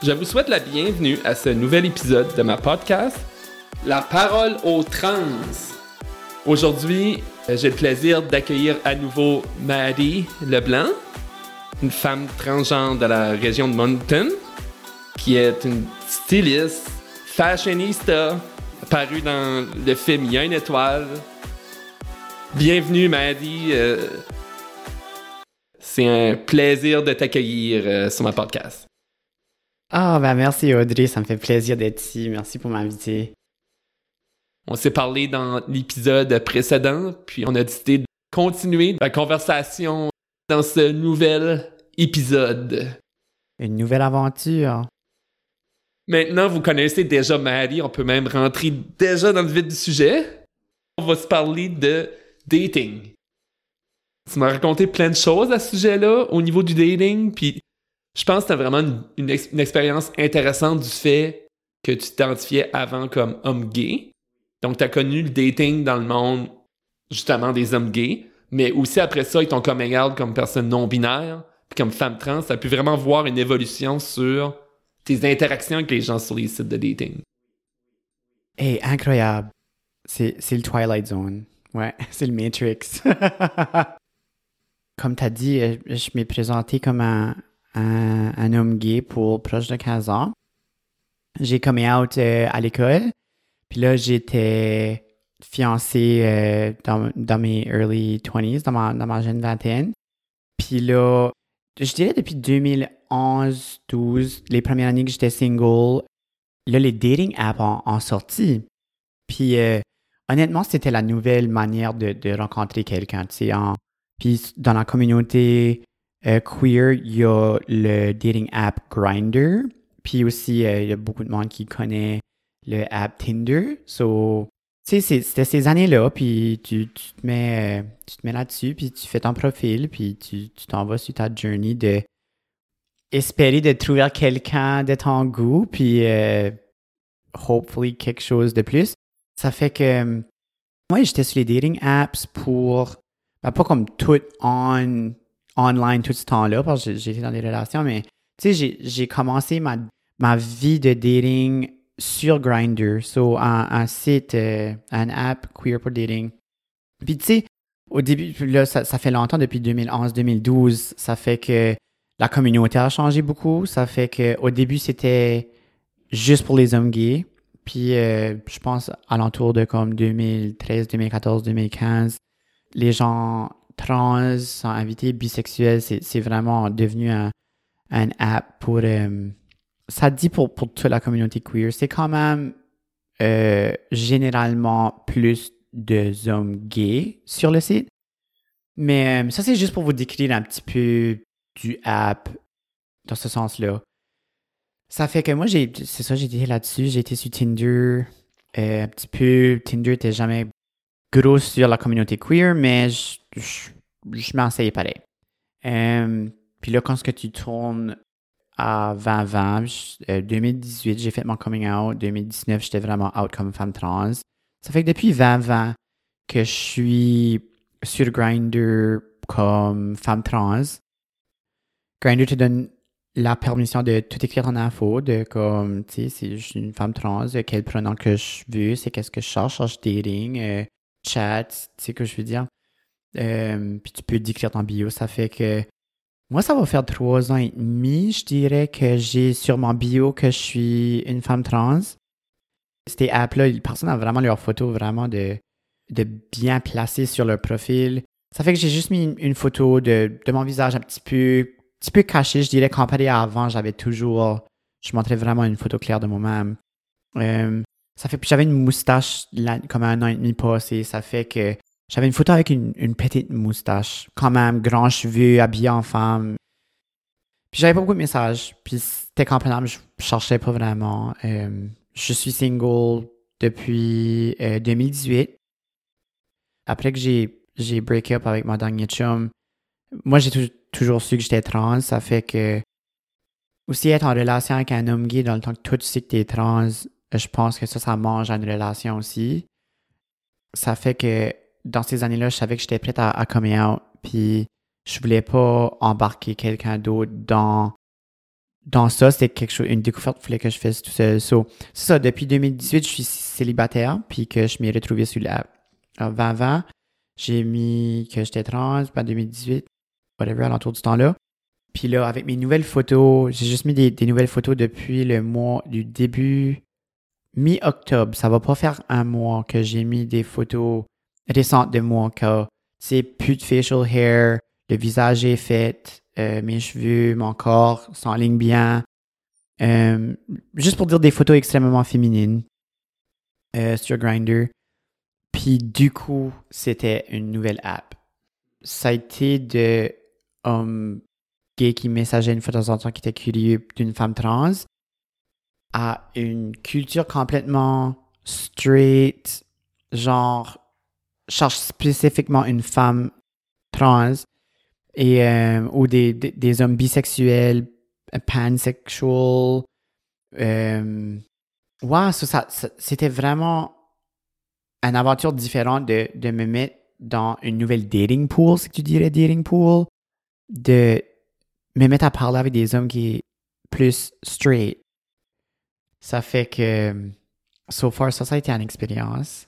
Je vous souhaite la bienvenue à ce nouvel épisode de ma podcast, La parole aux trans. Aujourd'hui, j'ai le plaisir d'accueillir à nouveau Maddie Leblanc, une femme transgenre de la région de Moncton, qui est une styliste, fashionista, apparue dans le film Il y a une étoile. Bienvenue Maddie, c'est un plaisir de t'accueillir sur ma podcast. Merci Audrey, ça me fait plaisir d'être ici. Merci pour m'inviter. On s'est parlé dans l'épisode précédent, puis on a décidé de continuer la conversation dans ce nouvel épisode. Une nouvelle aventure. Maintenant, vous connaissez déjà Maddie, on peut même rentrer déjà dans le vif du sujet. On va se parler de dating. Tu m'as raconté plein de choses à ce sujet-là, au niveau du dating, puis je pense que c'était vraiment une expérience intéressante du fait que tu t'identifiais avant comme homme gay. Donc, tu as connu le dating dans le monde, justement, des hommes gays, mais aussi après ça, ils t'ont coming out comme personne non-binaire, puis comme femme trans. Tu as pu vraiment voir une évolution sur tes interactions avec les gens sur les sites de dating. Hey, incroyable. C'est le Twilight Zone. Ouais, c'est le Matrix. Comme tu as dit, je m'ai présenté comme un homme gay pour proche de 15 ans. J'ai coming out à l'école. Puis là, j'étais fiancé dans mes early 20s, dans ma jeune vingtaine. Puis là, je dirais depuis 2011-12, les premières années que j'étais single, là, les dating apps ont sorti. Puis honnêtement, c'était la nouvelle manière de rencontrer quelqu'un, tu sais. Puis dans la communauté queer, il y a le dating app Grindr. Puis aussi, il y a beaucoup de monde qui connaît le app Tinder. So, tu sais, c'était ces années-là, puis tu te mets là-dessus, puis tu fais ton profil, puis tu t'en vas sur ta journey de espérer de trouver quelqu'un de ton goût, puis hopefully quelque chose de plus. Ça fait que moi, j'étais sur les dating apps pour, pas comme tout online tout ce temps-là, parce que j'étais dans des relations, mais tu sais, j'ai commencé ma vie de dating sur Grindr, so un site, un app queer pour dating. Puis tu sais, au début, là, ça fait longtemps, depuis 2011-2012, ça fait que la communauté a changé beaucoup, ça fait que au début, c'était juste pour les hommes gays, puis je pense alentour de comme 2013, 2014, 2015, les gens trans sont invités, bisexuels, c'est vraiment devenu un app pour... ça dit pour toute la communauté queer, c'est quand même généralement plus de hommes gays sur le site. Mais ça, c'est juste pour vous décrire un petit peu du app dans ce sens-là. Ça fait que moi, j'ai été là-dessus, j'ai été sur Tinder un petit peu. Tinder n'était jamais gros sur la communauté queer, mais je m'en essayais pareil. Puis là, quand tu tournes à 2020, 2018, j'ai fait mon coming out. 2019, j'étais vraiment out comme femme trans. Ça fait que depuis 2020 que je suis sur Grindr comme femme trans. Grindr te donne la permission de tout écrire en info, de comme, tu sais, si je suis une femme trans, quel pronom que je veux, c'est qu'est-ce que je cherche dating, chat, tu sais que je veux dire. Puis tu peux décrire ton bio, ça fait que moi, ça va faire 3 ans et demi, je dirais que j'ai sur mon bio que je suis une femme trans. Ces apps-là, les personnes ont vraiment leurs photos vraiment de bien placées sur leur profil. Ça fait que j'ai juste mis une photo de mon visage un petit peu caché, je dirais, comparé à avant, je montrais vraiment une photo claire de moi-même. Ça fait que j'avais une moustache comme 1 an et demi passé, ça fait que j'avais une photo avec une petite moustache, quand même, grands cheveux, habillée en femme. Puis j'avais pas beaucoup de messages, puis c'était comprenable, je cherchais pas vraiment. Je suis single depuis 2018. Après que j'ai break up avec mon dernier chum, moi j'ai toujours su que j'étais trans, ça fait que aussi être en relation avec un homme gay dans le temps que toi tu sais que t'es trans, je pense que ça mange à une relation aussi. Ça fait que dans ces années-là, je savais que j'étais prête à coming out, puis je voulais pas embarquer quelqu'un d'autre dans dans ça, c'était quelque chose, une découverte qu'il fallait que je fasse tout seul. So, c'est ça, depuis 2018, je suis célibataire, puis que je m'y ai retrouvé sur l'app. Alors, 2020, j'ai mis que j'étais trans, pas 2018, whatever, à l'entour du temps-là. Puis là, avec mes nouvelles photos, j'ai juste mis des nouvelles photos depuis le mois du début, mi-octobre. Ça va pas faire un mois que j'ai mis des photos récentes de moi, que c'est plus de facial hair, le visage est fait, mes cheveux, mon corps s'enlignent bien. Juste pour dire des photos extrêmement féminines sur Grindr. Puis du coup, c'était une nouvelle app. Ça a été de hommes gays qui messageaient une fois de temps en temps qui étaient curieux d'une femme trans à une culture complètement straight, genre cherche spécifiquement une femme trans et ou des hommes bisexuels, pansexual. Ouais, c'était vraiment une aventure différente de me mettre dans une nouvelle dating pool, si tu dirais dating pool, de me mettre à parler avec des hommes qui sont plus straight. Ça fait que, so far, ça a été une expérience.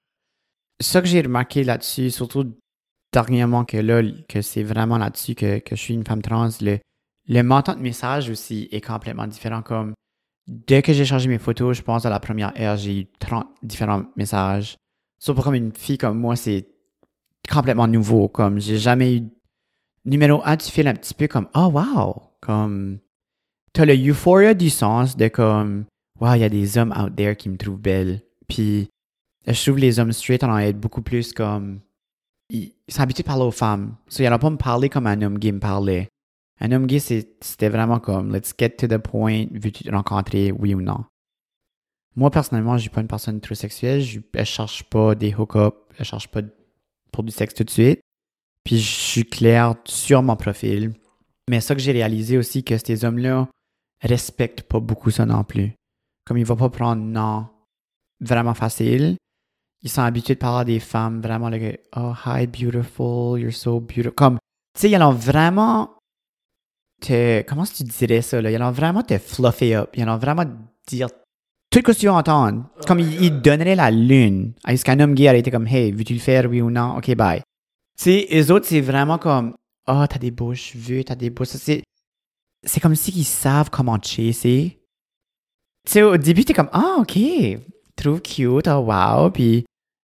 Ce que j'ai remarqué là-dessus, surtout dernièrement que c'est vraiment là-dessus que je suis une femme trans, le montant de message aussi est complètement différent. Comme, dès que j'ai changé mes photos, je pense à la première heure, j'ai eu 30 différents messages. Surtout comme une fille comme moi, c'est complètement nouveau. Comme, j'ai jamais eu... Numéro 1, tu files un petit peu comme, oh wow! Comme, t'as le euphoria du sens de comme, wow, il y a des hommes out there qui me trouvent belle. Puis, je trouve les hommes straight en être beaucoup plus comme, ils sont habitués de parler aux femmes. So, ils n'allont pas me parler comme un homme gay me parlait. Un homme gay, c'était vraiment comme, let's get to the point, veux-tu te rencontrer, oui ou non? Moi, personnellement, je suis pas une personne hétérosexuelle, je cherche pas des hook-ups, je cherche pas pour du sexe tout de suite. Puis, je suis clair sur mon profil. Mais ça que j'ai réalisé aussi, que ces hommes-là respectent pas beaucoup ça non plus. Comme ils vont pas prendre non vraiment facile. Ils sont habitués de parler à des femmes vraiment, like, oh, hi, beautiful, you're so beautiful. Comme, tu sais, ils allont vraiment comment est-ce que tu dirais ça, là? Ils allont vraiment te fluffer up. Ils allont vraiment dire tout ce que tu veux entendre. Comme ils donneraient la lune. Est-ce qu'un homme gay aurait été comme, hey, veux-tu le faire, oui ou non? Ok, bye. Tu sais, eux autres, c'est vraiment comme, oh, t'as des beaux cheveux, t'as des beaux... C'est comme si ils savent comment chasser. Tu sais, au début, t'es comme, ah, ok, trouve cute, oh, wow. Puis,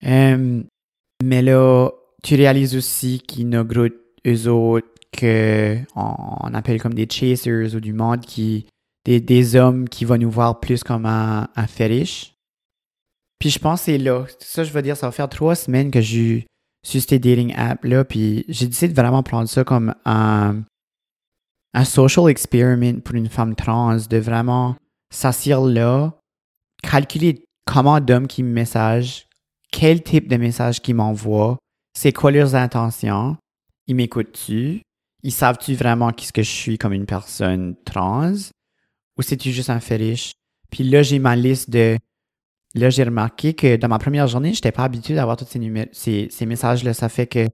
mais là, tu réalises aussi qu'il y en a gros, eux autres, qu'on appelle comme des chasers ou du monde des hommes qui vont nous voir plus comme un fétiche. Puis je pense que c'est là. Ça, je veux dire, ça va faire 3 semaines que je suis sur ces dating apps-là. Puis j'ai décidé de vraiment prendre ça comme un social experiment pour une femme trans, de vraiment s'asseoir là, calculer comment d'hommes qui me messagent, quel type de message qu'ils m'envoient, c'est quoi leurs intentions, ils m'écoutent-tu, ils savent-tu vraiment qu'est-ce que je suis comme une personne trans, ou c'est-tu juste un fétiche? Puis là, j'ai ma liste de... Là, j'ai remarqué que dans ma première journée, j'étais pas habitué d'avoir tous ces messages-là. Ça fait que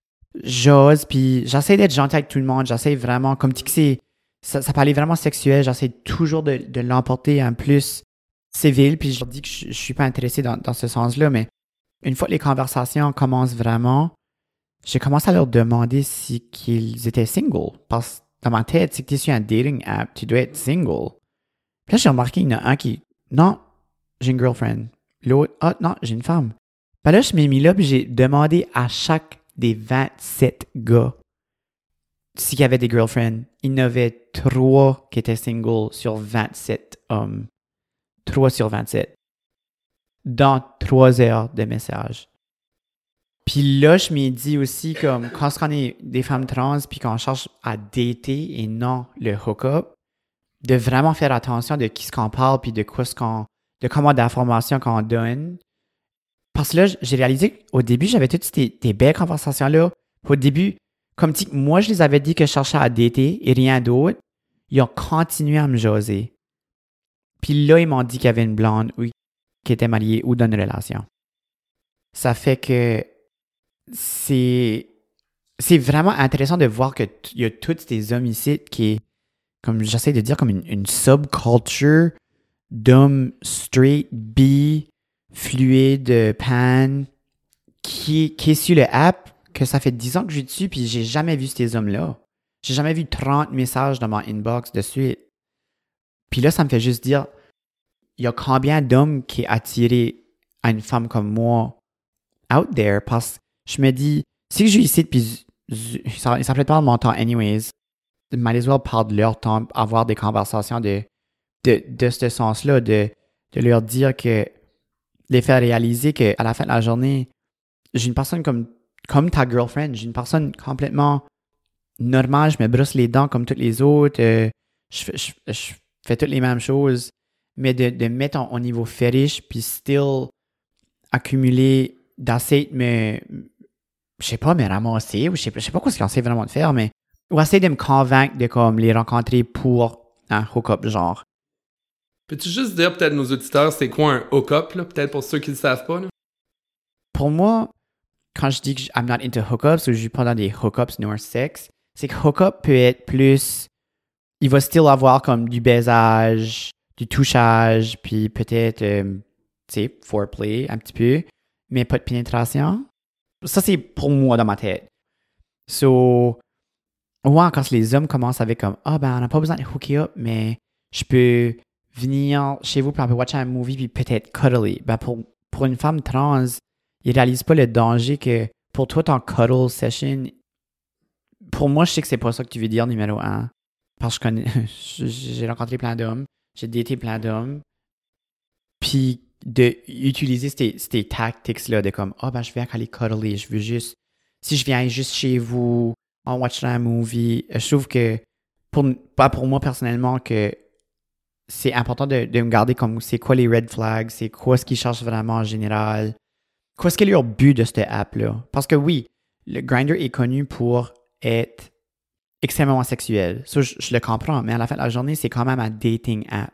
j'ose, puis j'essaie d'être gentil avec tout le monde. J'essaie vraiment, comme tu dis, ça parlait vraiment sexuel. J'essaie toujours de l'emporter en plus civil, puis je leur dis que je suis pas intéressé dans ce sens-là, mais une fois que les conversations commencent vraiment, j'ai commencé à leur demander si qu'ils étaient single. Parce que dans ma tête, si tu es sur un dating app, tu dois être single. Puis là, j'ai remarqué qu'il y en a un qui, non, j'ai une girlfriend. L'autre, ah, non, j'ai une femme. Puis là, je m'ai mis là, puis j'ai demandé à chaque des 27 gars s'il y avait des girlfriends. Il y en avait 3 qui étaient single sur 27 hommes. 3 sur 27. Dans 3 heures de messages. Puis là, je m'ai dit aussi, comme, quand on est des femmes trans, puis qu'on cherche à dater et non le hook-up, de vraiment faire attention de qui ce qu'on parle, puis de comment d'informations qu'on donne. Parce que là, j'ai réalisé qu'au début, j'avais toutes ces belles conversations-là. Au début, comme moi, je les avais dit que je cherchais à dater et rien d'autre. Ils ont continué à me jaser. Puis là, ils m'ont dit qu'il y avait une blonde ou qui était mariée ou dans une relation. Ça fait que c'est vraiment intéressant de voir qu'il y a tous ces hommes ici qui comme j'essaie de dire, comme une subculture d'hommes straight, bi, fluide, pan, qui est sur le app, que ça fait 10 ans que je suis dessus, puis j'ai jamais vu ces hommes-là. J'ai jamais vu 30 messages dans mon inbox de suite. Puis là, ça me fait juste dire, il y a combien d'hommes qui est attiré à une femme comme moi out there? Parce que je me dis, si je suis ici, puis ça peut pas mon temps anyways, might as well parler de leur temps, avoir des conversations de ce sens-là, de leur dire que, les faire réaliser qu'à la fin de la journée, j'ai une personne comme ta girlfriend, j'ai une personne complètement normale, je me brosse les dents comme toutes les autres, je fais toutes les mêmes choses, mais de mettre au niveau fétiche, puis still accumuler, d'essayer de me ramasser, ou je sais pas quoi ce qu'on essaie vraiment de faire, mais ou essayer de me convaincre de comme les rencontrer pour un hook-up genre. Peux-tu juste dire peut-être nos auditeurs c'est quoi un hook-up, là, peut-être pour ceux qui ne le savent pas? Là? Pour moi, quand je dis que I'm not into hookups ou je suis pas dans des hookups nor sex, c'est que hookup peut être plus... Il va still avoir comme du baisage, du touchage, puis peut-être, tu sais, foreplay un petit peu, mais pas de pénétration. Ça, c'est pour moi dans ma tête. So, ouais, quand les hommes commencent avec comme, on n'a pas besoin de hooker up, mais je peux venir chez vous, puis on peut watcher un movie, puis peut-être cuddler. Ben, pour une femme trans, il réalise pas le danger que pour toi, ton cuddle session, pour moi, je sais que c'est pas ça que tu veux dire, numéro 1. Parce que j'ai rencontré plein d'hommes, j'ai daté plein d'hommes. Puis d'utiliser ces tactics-là de comme, je viens aller cuddler, je veux juste, si je viens juste chez vous, on watchera un movie. Je trouve que, pas pour moi personnellement, que c'est important de me garder comme c'est quoi les red flags, c'est quoi ce qu'ils cherchent vraiment en général. Qu'est-ce que leur but de cette app-là? Parce que oui, le Grindr est connu pour être extrêmement sexuel. Ça, je le comprends, mais à la fin de la journée, c'est quand même un dating app.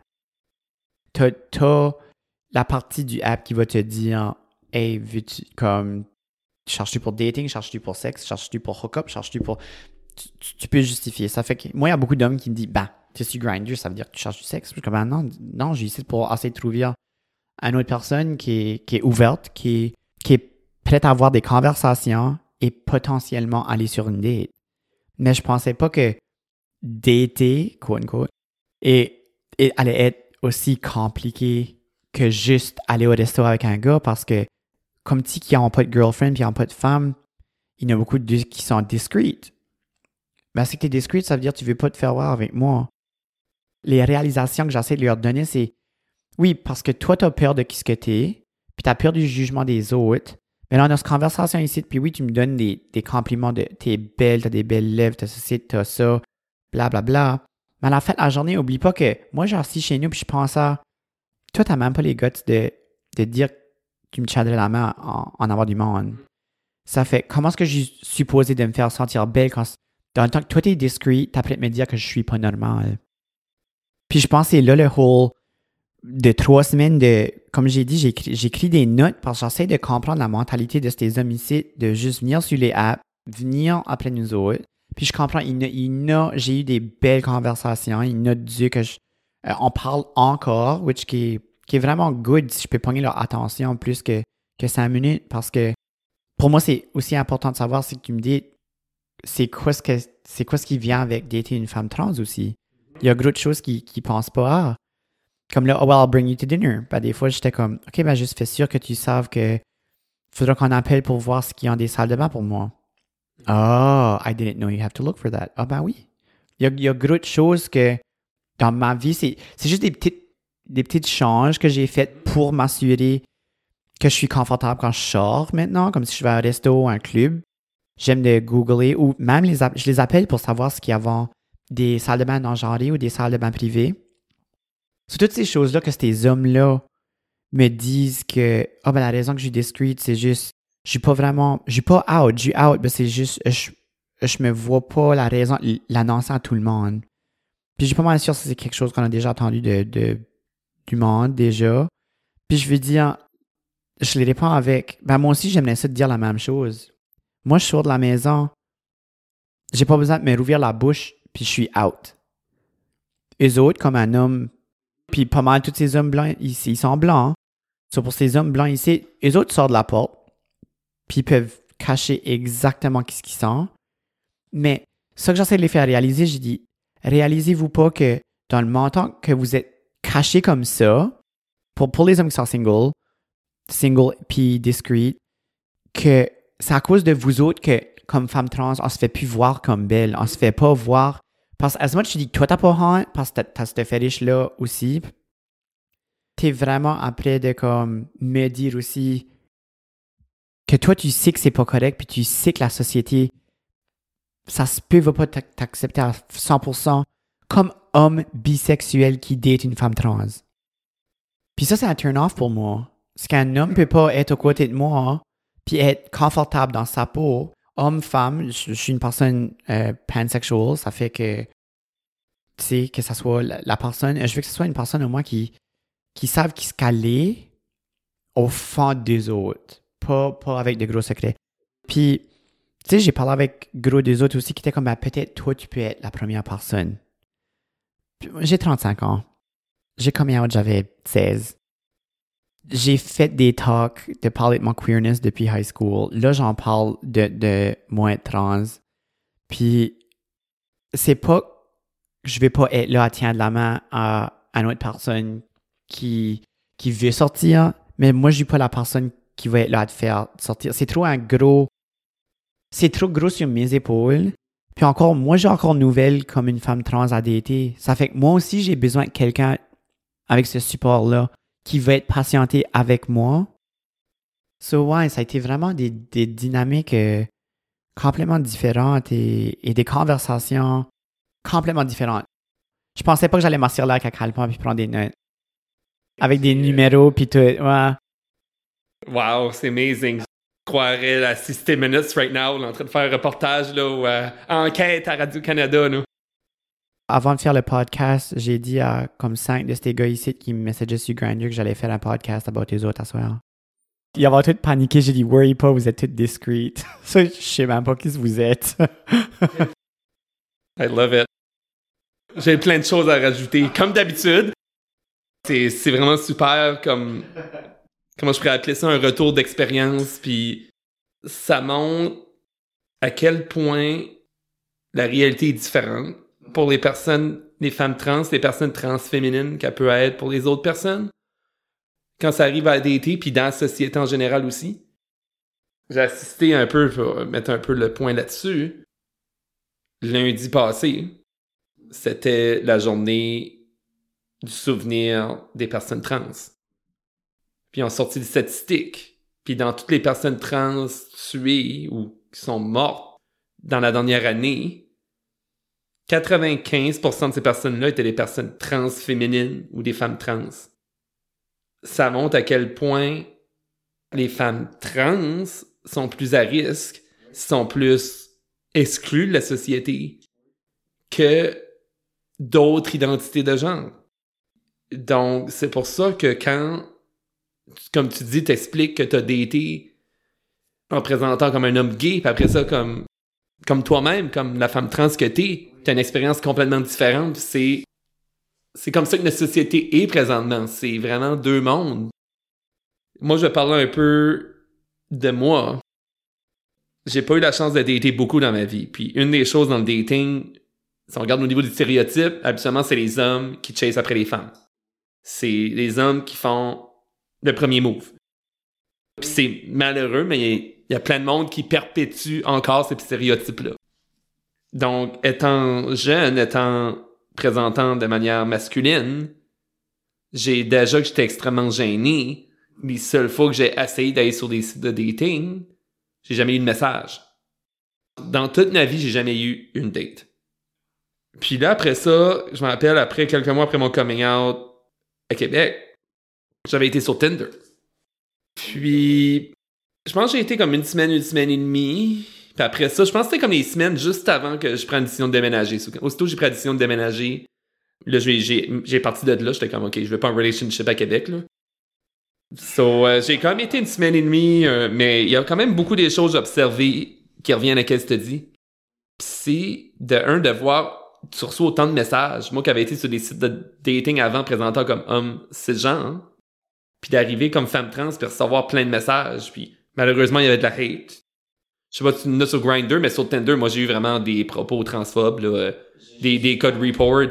T'as la partie du app qui va te dire, hey, veux-tu, comme, cherches-tu pour dating, cherches-tu pour sexe, cherches-tu pour hook-up, cherches-tu pour... Tu peux justifier. Ça fait que, moi, il y a beaucoup d'hommes qui me disent, tu es sur Grindr, ça veut dire que tu cherches du sexe. Je suis comme, non, j'ai essayé pour essayer de trouver une autre personne qui est ouverte, qui est prête à avoir des conversations et potentiellement aller sur une date. Mais je pensais pas que dater, quote unquote, et allait être aussi compliqué que juste aller au resto avec un gars parce que, comme tu qui n'ont pas de girlfriend puis qui n'ont pas de femme, il y en a beaucoup qui sont discreet. Ben, si tu es discreet, ça veut dire que tu veux pas te faire voir avec moi. Les réalisations que j'essaie de leur donner, c'est oui, parce que toi, tu as peur de qui ce que tu es, puis tu as peur du jugement des autres. Mais là, on a cette conversation ici, puis oui, tu me donnes des compliments de t'es belle, t'as des belles lèvres, t'as ceci, t'as ça, blablabla. Bla, bla. Mais à la fin de la journée, oublie pas que moi, j'ai assis chez nous, puis je pense à toi, t'as même pas les guts de dire que tu me tiendrais la main en avoir du monde. Ça fait, comment est-ce que je suis supposé de me faire sentir belle quand, dans le temps que toi, t'es discreet, t'as peut-être me dire que je suis pas normal. Puis je pense que c'est là le whole de 3 semaines de, comme j'ai dit, j'écris des notes parce que j'essaie de comprendre la mentalité de ces hommes ici, de juste venir sur les apps, venir après nous autres. Puis je comprends, j'ai eu des belles conversations, il y en a deux que on parle encore, which qui est vraiment good si je peux pogner leur attention plus que 5 minutes parce que pour moi, c'est aussi important de savoir si tu me dis c'est quoi ce qui vient avec dater une femme trans aussi. Il y a d'autres choses qui pensent pas à. Comme là, I'll bring you to dinner. Ben, des fois, j'étais comme, OK, juste fais sûr que tu saves que faudra qu'on appelle pour voir ce qu'il y a dans des salles de bain pour moi. Oh, I didn't know you have to look for that. Ben oui. Il y a d'autres choses que dans ma vie, c'est juste des petites changes que j'ai faites pour m'assurer que je suis confortable quand je sors maintenant, comme si je vais à un resto ou à un club. J'aime de googler ou même je les appelle pour savoir ce qu'il y a avant des salles de bain non-genrées ou des salles de bain privées. C'est toutes ces choses-là que ces hommes-là me disent que la raison que je suis discrète, c'est juste, je suis pas out, je suis out, mais c'est juste, je me vois pas la raison, l'annoncer à tout le monde. Puis je suis pas mal sûr que c'est quelque chose qu'on a déjà entendu du monde, déjà. Puis je veux dire, je les réponds avec, moi aussi, j'aimerais ça te dire la même chose. Moi, je sors de la maison, j'ai pas besoin de me rouvrir la bouche, puis je suis out. eux autres, comme un homme, puis pas mal tous ces hommes blancs ici, ils sont blancs. Hein? So, pour ces hommes blancs ici, eux autres sortent de la porte, puis ils peuvent cacher exactement ce qu'ils sont. Mais ce que j'essaie de les faire réaliser, j'ai dit, réalisez-vous pas que dans le montant que vous êtes caché comme ça, pour les hommes qui sont single puis discreet, que c'est à cause de vous autres que, comme femmes trans, on se fait plus voir comme belle. On se fait pas voir. Parce que, as much tu dis que toi, t'as pas honte, parce que t'as ce fétiche-là aussi, t'es vraiment après de, comme, me dire aussi que toi, tu sais que c'est pas correct, puis tu sais que la société, ça se peut, va pas t'accepter à 100% comme homme bisexuel qui date une femme trans. Puis ça, c'est un turn-off pour moi. Parce qu'un homme peut pas être aux côtés de moi puis être confortable dans sa peau. Homme, femme, je suis une personne pansexual, ça fait que, tu sais, que ça soit la personne, je veux que ce soit une personne au moins qui savent qui se caler au fond des autres, pas avec de gros secrets. Puis, tu sais, j'ai parlé avec gros des autres aussi qui étaient comme, ben, peut-être toi, tu peux être la première personne. Puis, j'ai 35 ans. J'ai coming out, j'avais 16. J'ai fait des talks de parler de mon queerness depuis high school. Là, j'en parle de moi être trans. Puis, c'est pas que je vais pas être là à tenir la main à une autre personne qui veut sortir, mais moi, je suis pas la personne qui va être là à te faire sortir. C'est trop gros sur mes épaules. Puis encore, moi, j'ai encore nouvelle comme une femme trans à dater. Ça fait que moi aussi, j'ai besoin de quelqu'un avec ce support-là qui va être patienté avec moi. So, ouais, ça a été vraiment des dynamiques complètement différentes et des conversations complètement différentes. Je pensais pas que j'allais m'asseoir là avec un calepin puis prendre des notes. Avec des numéros puis tout. Ouais. Wow, c'est amazing. Je croirais à 60 Minutes right now, là, en train de faire un reportage là, ou enquête à Radio-Canada. Là. Avant de faire le podcast, j'ai dit à comme 5 de ces gars ici qui me messageaient sur Grindr que j'allais faire un podcast about les autres à soir. Ils avaient tout paniqué, j'ai dit « Worry pas, vous êtes toutes discreet. » Ça, je sais même pas qui vous êtes. I love it. J'ai plein de choses à rajouter. Comme d'habitude, c'est vraiment super comme... Comment je pourrais appeler ça? Un retour d'expérience. Puis ça montre à quel point la réalité est différente pour les personnes, les femmes trans, les personnes transféminines qu'elle peut être pour les autres personnes. Quand ça arrive à dater, puis dans la société en général aussi. J'ai assisté un peu, pour mettre un peu le point là-dessus. Lundi passé, c'était la journée du souvenir des personnes trans. Puis on sorti des statistiques. Puis dans toutes les personnes trans tuées ou qui sont mortes dans la dernière année, 95% de ces personnes-là étaient des personnes transféminines ou des femmes trans. Ça montre à quel point les femmes trans sont plus à risque, sont plus exclues de la société que d'autres identités de genre. Donc, c'est pour ça que quand, comme tu dis, t'expliques que t'as daté en présentant comme un homme gay, puis après ça, comme toi-même, comme la femme trans que t'as une expérience complètement différente. C'est comme ça que notre société est présentement. C'est vraiment deux mondes. Moi, je vais parler un peu de moi. J'ai pas eu la chance de dater beaucoup dans ma vie. Puis une des choses dans le dating, si on regarde au niveau des stéréotypes, habituellement, c'est les hommes qui chassent après les femmes. C'est les hommes qui font le premier move. Puis c'est malheureux, mais il y a plein de monde qui perpétue encore ces stéréotypes-là. Donc, étant jeune, étant présentant de manière masculine, j'étais extrêmement gêné. Les seules fois que j'ai essayé d'aller sur des sites de dating, j'ai jamais eu de message. Dans toute ma vie, j'ai jamais eu une date. Puis là, après ça, je me rappelle, quelques mois après mon coming out à Québec, j'avais été sur Tinder. Puis, je pense que j'ai été comme une semaine et demie. Puis après ça, je pense que c'était comme les semaines juste avant que je prenne la décision de déménager. Aussitôt que j'ai pris la décision de déménager, là, j'ai parti de là. J'étais comme, OK, je veux pas un relationship à Québec, là. So, j'ai quand même été une semaine et demie, mais il y a quand même beaucoup des choses observées qui reviennent à ce que je te dis. Puis c'est, de voir tu reçois autant de messages. Moi qui avais été sur des sites de dating avant présentant comme homme cisgenre, puis d'arriver comme femme trans puis recevoir plein de messages, puis malheureusement il y avait de la hate. Je sais pas si tu en as sur Grindr, mais sur Tinder, moi j'ai eu vraiment des propos transphobes, là, des codes report.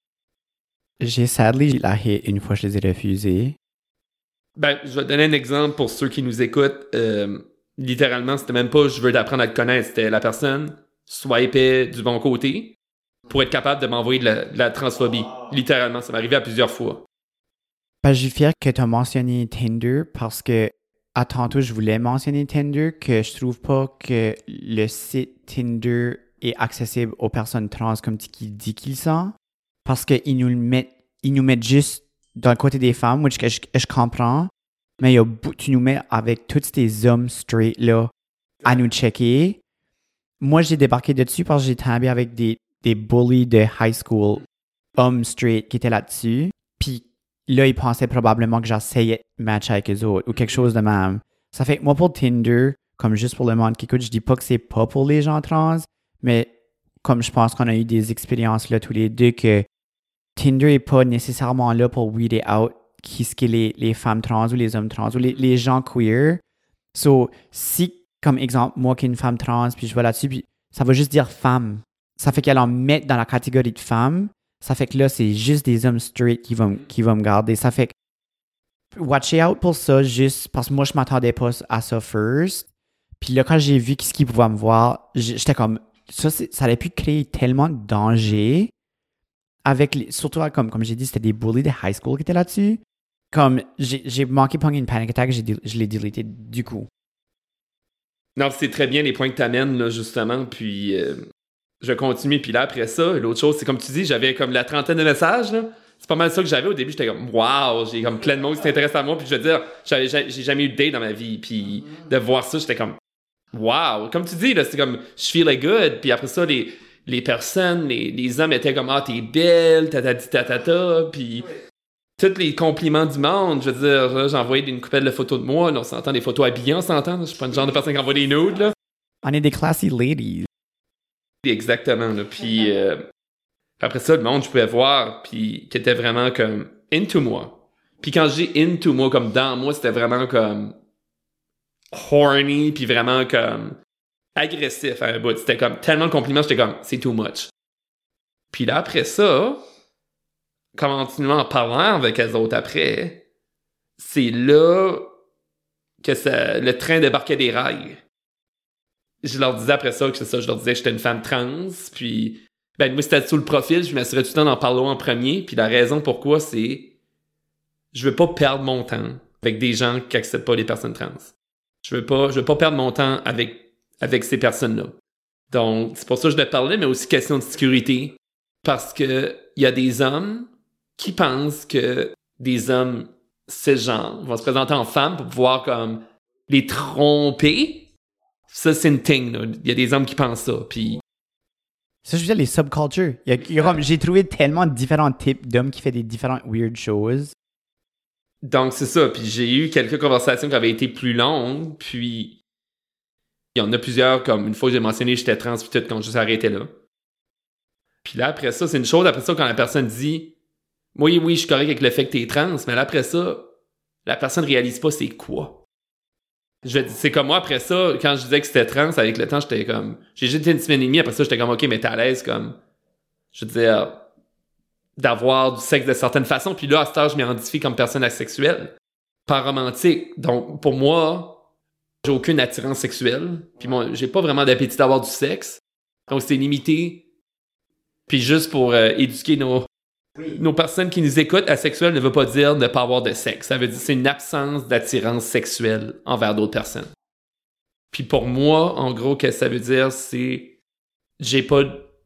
J'ai sadly la hate une fois, je les ai refusés. Ben, je vais te donner un exemple pour ceux qui nous écoutent. Littéralement, c'était même pas je veux t'apprendre à te connaître, c'était la personne swipait du bon côté pour être capable de m'envoyer de la transphobie. Littéralement, ça m'est arrivé à plusieurs fois. Ben, je suis fier que tu as mentionné Tinder parce que à tantôt, je voulais mentionner Tinder, que je trouve pas que le site Tinder est accessible aux personnes trans comme qui dit qu'ils sont. Parce qu'ils nous mettent juste dans le côté des femmes, which que je comprends. Mais tu nous mets avec tous ces hommes straight là à nous checker. Moi, j'ai débarqué dessus parce que j'ai tombé avec des bullies de high school, hommes straight qui étaient là-dessus. Puis là, ils pensaient probablement que j'essayais de matcher avec eux autres ou quelque chose de même. Ça fait que moi, pour Tinder, comme juste pour le monde qui écoute, je dis pas que c'est pas pour les gens trans, mais comme je pense qu'on a eu des expériences là tous les deux, que Tinder est pas nécessairement là pour weed out qui ce qui est les femmes trans ou les hommes trans ou les gens queer. So, si, comme exemple, moi qui est une femme trans, puis je vais là-dessus, puis ça va juste dire femme. Ça fait qu'elle en met dans la catégorie de femme. Ça fait que là, c'est juste des hommes straight qui vont me garder. Ça fait que watch out pour ça, juste parce que moi, je m'attendais pas à ça first. Puis là, quand j'ai vu ce qu'ils pouvaient me voir, j'étais comme, ça aurait pu créer tellement de danger. Surtout, comme j'ai dit, c'était des bullies de high school qui étaient là-dessus. Comme, j'ai manqué de pogner une panic attack, je l'ai deleté du coup. Non, c'est très bien les points que tu amènes, là, justement, puis je continue, puis là, après ça, l'autre chose, c'est comme tu dis, j'avais comme la trentaine de messages, là. C'est pas mal ça que j'avais au début, j'étais comme, waouh, j'ai comme plein de mots qui s'intéressent à moi, puis je veux dire, j'ai jamais eu de date dans ma vie, puis de voir ça, j'étais comme, waouh, comme tu dis, là, c'est comme, je feelais good, puis après ça, les personnes, les hommes étaient comme, ah, t'es belle, tatata, puis tous les compliments du monde, je veux dire, là, j'ai envoyé une coupelle de photos de moi, là, on s'entend des photos habillées, on s'entend, je suis pas le genre de personne qui envoie des nudes, là. On est des classy ladies. Exactement, là, puis après ça, le monde, je pouvais voir, puis qui était vraiment comme into moi. Puis quand j'ai into moi, comme dans moi, c'était vraiment comme horny, puis vraiment comme agressif à un bout. C'était comme tellement de compliments, j'étais comme, c'est too much. Puis là, après ça, continuant en parlant avec elles autres après, c'est là que le train débarquait des rails. Je leur disais après ça que c'est ça, je leur disais que j'étais une femme trans, puis ben moi c'était sous le profil, je m'assurais tout le temps d'en parler en premier, puis la raison pourquoi c'est je veux pas perdre mon temps avec des gens qui acceptent pas les personnes trans. Je veux pas perdre mon temps avec ces personnes-là. Donc, c'est pour ça que je te parlais, mais aussi question de sécurité, parce que il y a des hommes qui pensent que des hommes cisgenres vont se présenter en femmes pour pouvoir comme les tromper. Ça, c'est une thing, là. Il y a des hommes qui pensent ça, puis Ça, je veux dire, les subcultures. J'ai trouvé tellement de différents types d'hommes qui font des différentes weird choses. donc, c'est ça. Puis j'ai eu quelques conversations qui avaient été plus longues, puis il y en a plusieurs, comme une fois que j'ai mentionné j'étais trans, puis tout, quand je suis arrêté là. Puis là, après ça, c'est une chose. Après ça, quand la personne dit « Oui, je suis correct avec le fait que t'es trans », mais là, après ça, la personne réalise pas c'est quoi. C'est comme moi, après ça, quand je disais que c'était trans, avec le temps, j'étais comme... J'ai juste une semaine et demie, après ça, j'étais comme « OK, mais t'es à l'aise, comme... » Je veux dire... d'avoir du sexe de certaines façons. Puis là, à cette heure, je m'identifie comme personne asexuelle. Pas romantique. Donc, pour moi, j'ai aucune attirance sexuelle. Puis moi, j'ai pas vraiment d'appétit d'avoir du sexe. Donc, c'est limité. Puis juste pour éduquer nos personnes qui nous écoutent, asexuel ne veut pas dire ne pas avoir de sexe. Ça veut dire que c'est une absence d'attirance sexuelle envers d'autres personnes. Puis pour moi, en gros, qu'est-ce que ça veut dire, c'est j'ai pas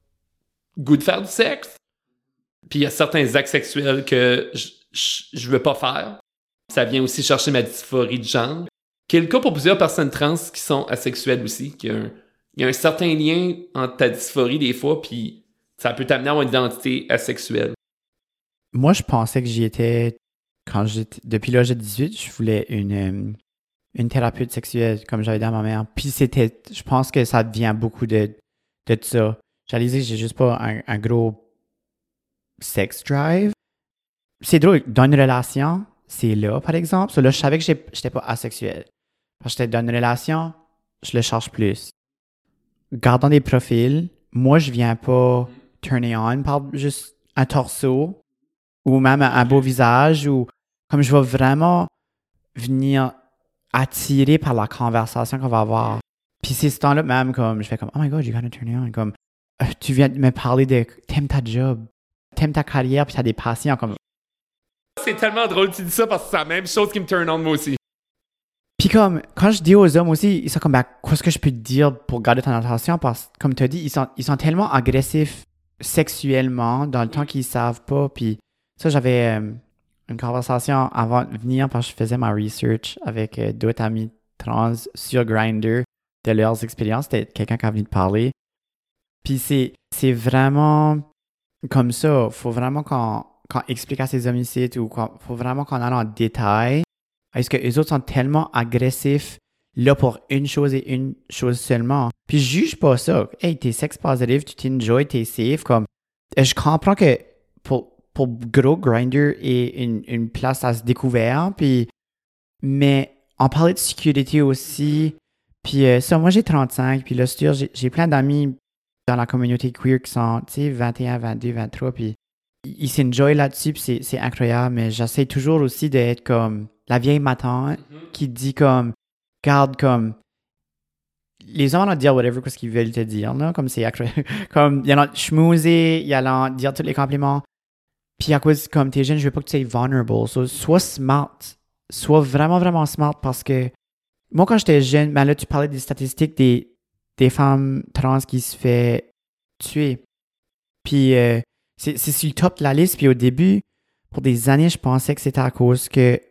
goût de faire du sexe. Puis il y a certains actes sexuels que je veux pas faire. Ça vient aussi chercher ma dysphorie de genre. Qui est le cas pour plusieurs personnes trans qui sont asexuelles aussi. Il y a un certain lien entre ta dysphorie des fois, puis ça peut t'amener à avoir une identité asexuelle. Moi, je pensais que j'y étais depuis l'âge de 18, je voulais une thérapeute sexuelle comme j'avais dit à ma mère. Puis je pense que ça vient beaucoup de ça. J'ai réalisé que j'ai juste pas un gros sex drive. C'est drôle, dans une relation, c'est là, par exemple. So là, je savais que j'étais pas asexuel. Parce que j'étais dans une relation, je le cherche plus. Gardant des profils, moi, je viens pas turner on par juste un torseau ou même un beau visage ou comme je vais vraiment venir attirer par la conversation qu'on va avoir. Puis c'est ce temps-là même comme je fais comme oh my god, you gotta turn on comme tu viens de me parler de t'aimes ta job, t'aimes ta carrière puis t'as des passions comme C'est tellement drôle que tu dis ça parce que c'est la même chose qui me turn on moi aussi. puis comme quand je dis aux hommes aussi, ils sont comme ben, qu'est-ce que je peux te dire pour garder ton attention parce que comme tu as dit, ils sont tellement agressifs sexuellement dans le temps qu'ils savent pas puis ça j'avais une conversation avant de venir parce que je faisais ma research avec d'autres amis trans sur Grindr de leurs expériences. C'était quelqu'un qui a venu de parler. Puis c'est vraiment comme ça. Faut vraiment qu'on explique à ces homicides ou faut vraiment qu'on aille en détail. Est-ce que les autres sont tellement agressifs là pour une chose et une chose seulement? Puis je juge pas ça. Hey, t'es sex positive, tu t'enjoy, t'es safe. Comme, je comprends que pour gros Grindr et une place à se découvrir, puis mais on parlait de sécurité aussi, puis ça, moi j'ai 35, puis là, c'est sûr, j'ai plein d'amis dans la communauté queer qui sont, tu sais, 21, 22, 23, puis ils s'enjoy là-dessus, puis c'est incroyable, mais j'essaie toujours aussi d'être comme la vieille ma tante qui dit comme, garde comme, les hommes vont dire whatever ce qu'ils veulent te dire, là, comme c'est incroyable, comme, il y en a schmoozer, il y en dire tous les compliments, puis à cause, comme t'es jeune, je veux pas que tu sois vulnerable. So, sois smart. Sois vraiment, vraiment smart parce que moi, quand j'étais jeune, ben là, tu parlais des statistiques des femmes trans qui se fait tuer. Puis c'est sur le top de la liste. Puis au début, pour des années, je pensais que c'était à cause que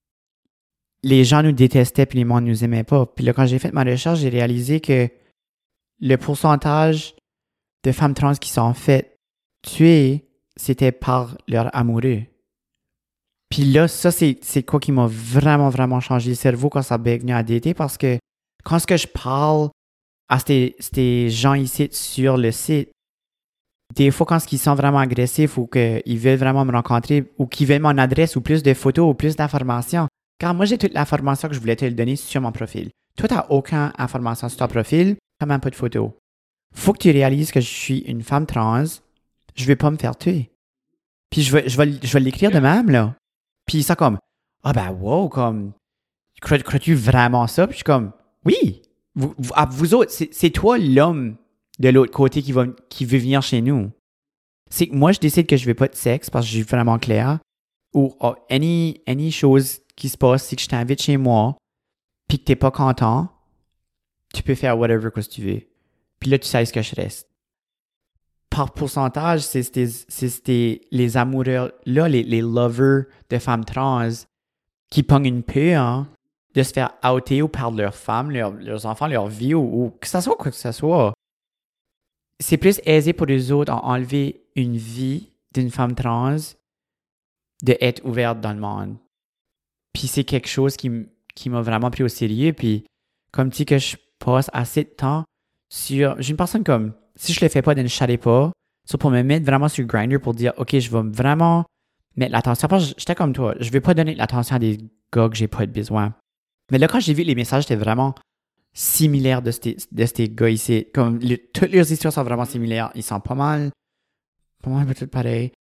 les gens nous détestaient puis les gens nous aimaient pas. Puis là, quand j'ai fait ma recherche, j'ai réalisé que le pourcentage de femmes trans qui sont faites tuer c'était par leur amoureux. Puis là, ça, c'est quoi qui m'a vraiment, vraiment changé le cerveau quand ça m'a venu à dater parce que quand ce que je parle à ces gens ici sur le site, des fois, quand ils sont vraiment agressifs ou qu'ils veulent vraiment me rencontrer ou qu'ils veulent mon adresse ou plus de photos ou plus d'informations, car moi, j'ai toute l'information que je voulais te le donner sur mon profil. Toi, tu n'as aucune information sur ton profil, tu n'as même pas de photos. Faut que tu réalises que je suis une femme trans, je vais pas me faire tuer. Puis je vais l'écrire de même, là. Puis ça comme, ah ben wow, comme, crois-tu vraiment ça? Puis je suis comme, oui, vous autres, c'est toi l'homme de l'autre côté qui veut venir chez nous. C'est que moi, je décide que je veux pas de sexe parce que je suis vraiment clair. Ou any chose qui se passe, c'est que je t'invite chez moi, puis que t'es pas content, tu peux faire whatever que tu veux. Puis là, tu sais ce que je reste. Par pourcentage, c'est les amoureux-là, les lovers de femmes trans qui pognent une peur de se faire outer ou par leurs femmes, leurs enfants, leur vie ou que ce soit quoi que ce soit. C'est plus aisé pour les autres à enlever une vie d'une femme trans de être ouverte dans le monde. Puis c'est quelque chose qui m'a vraiment pris au sérieux. Puis comme tu dis que je passe assez de temps sur... J'ai une personne comme... Si je le fais pas, ne chatez pas. So pour me mettre vraiment sur Grindr pour dire, OK, je vais vraiment mettre l'attention. Parce que j'étais comme toi. Je vais pas donner l'attention à des gars que j'ai pas de besoin. Mais là, quand j'ai vu les messages, c'était vraiment similaire de ces gars ici. Comme toutes leurs histoires sont vraiment similaires. Ils sont pas mal peut-être pareils.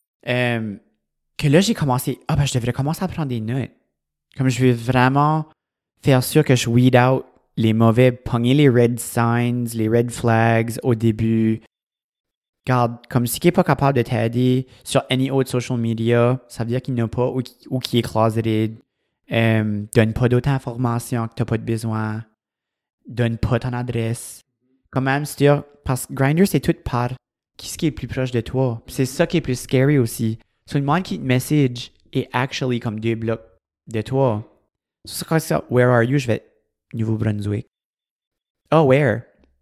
Que là, j'ai commencé, je devrais commencer à prendre des notes. Comme je veux vraiment faire sûr que je weed out les mauvais, pogner les red signs, les red flags au début. Regarde, comme si qui n'est pas capable de t'aider sur any autre social media, ça veut dire qu'il n'a pas ou qu'il est closeted. Donne pas d'autres informations que tu n'as pas de besoin. Donne pas ton adresse. Quand même, c'est-à-dire, parce que Grindr, c'est tout par qui est plus proche de toi. Puis c'est ça qui est plus scary aussi. So, le monde qui te message est actually comme 2 blocs de toi. C'est quand ça, where are you? Je vais Nouveau-Brunswick. Oh, where?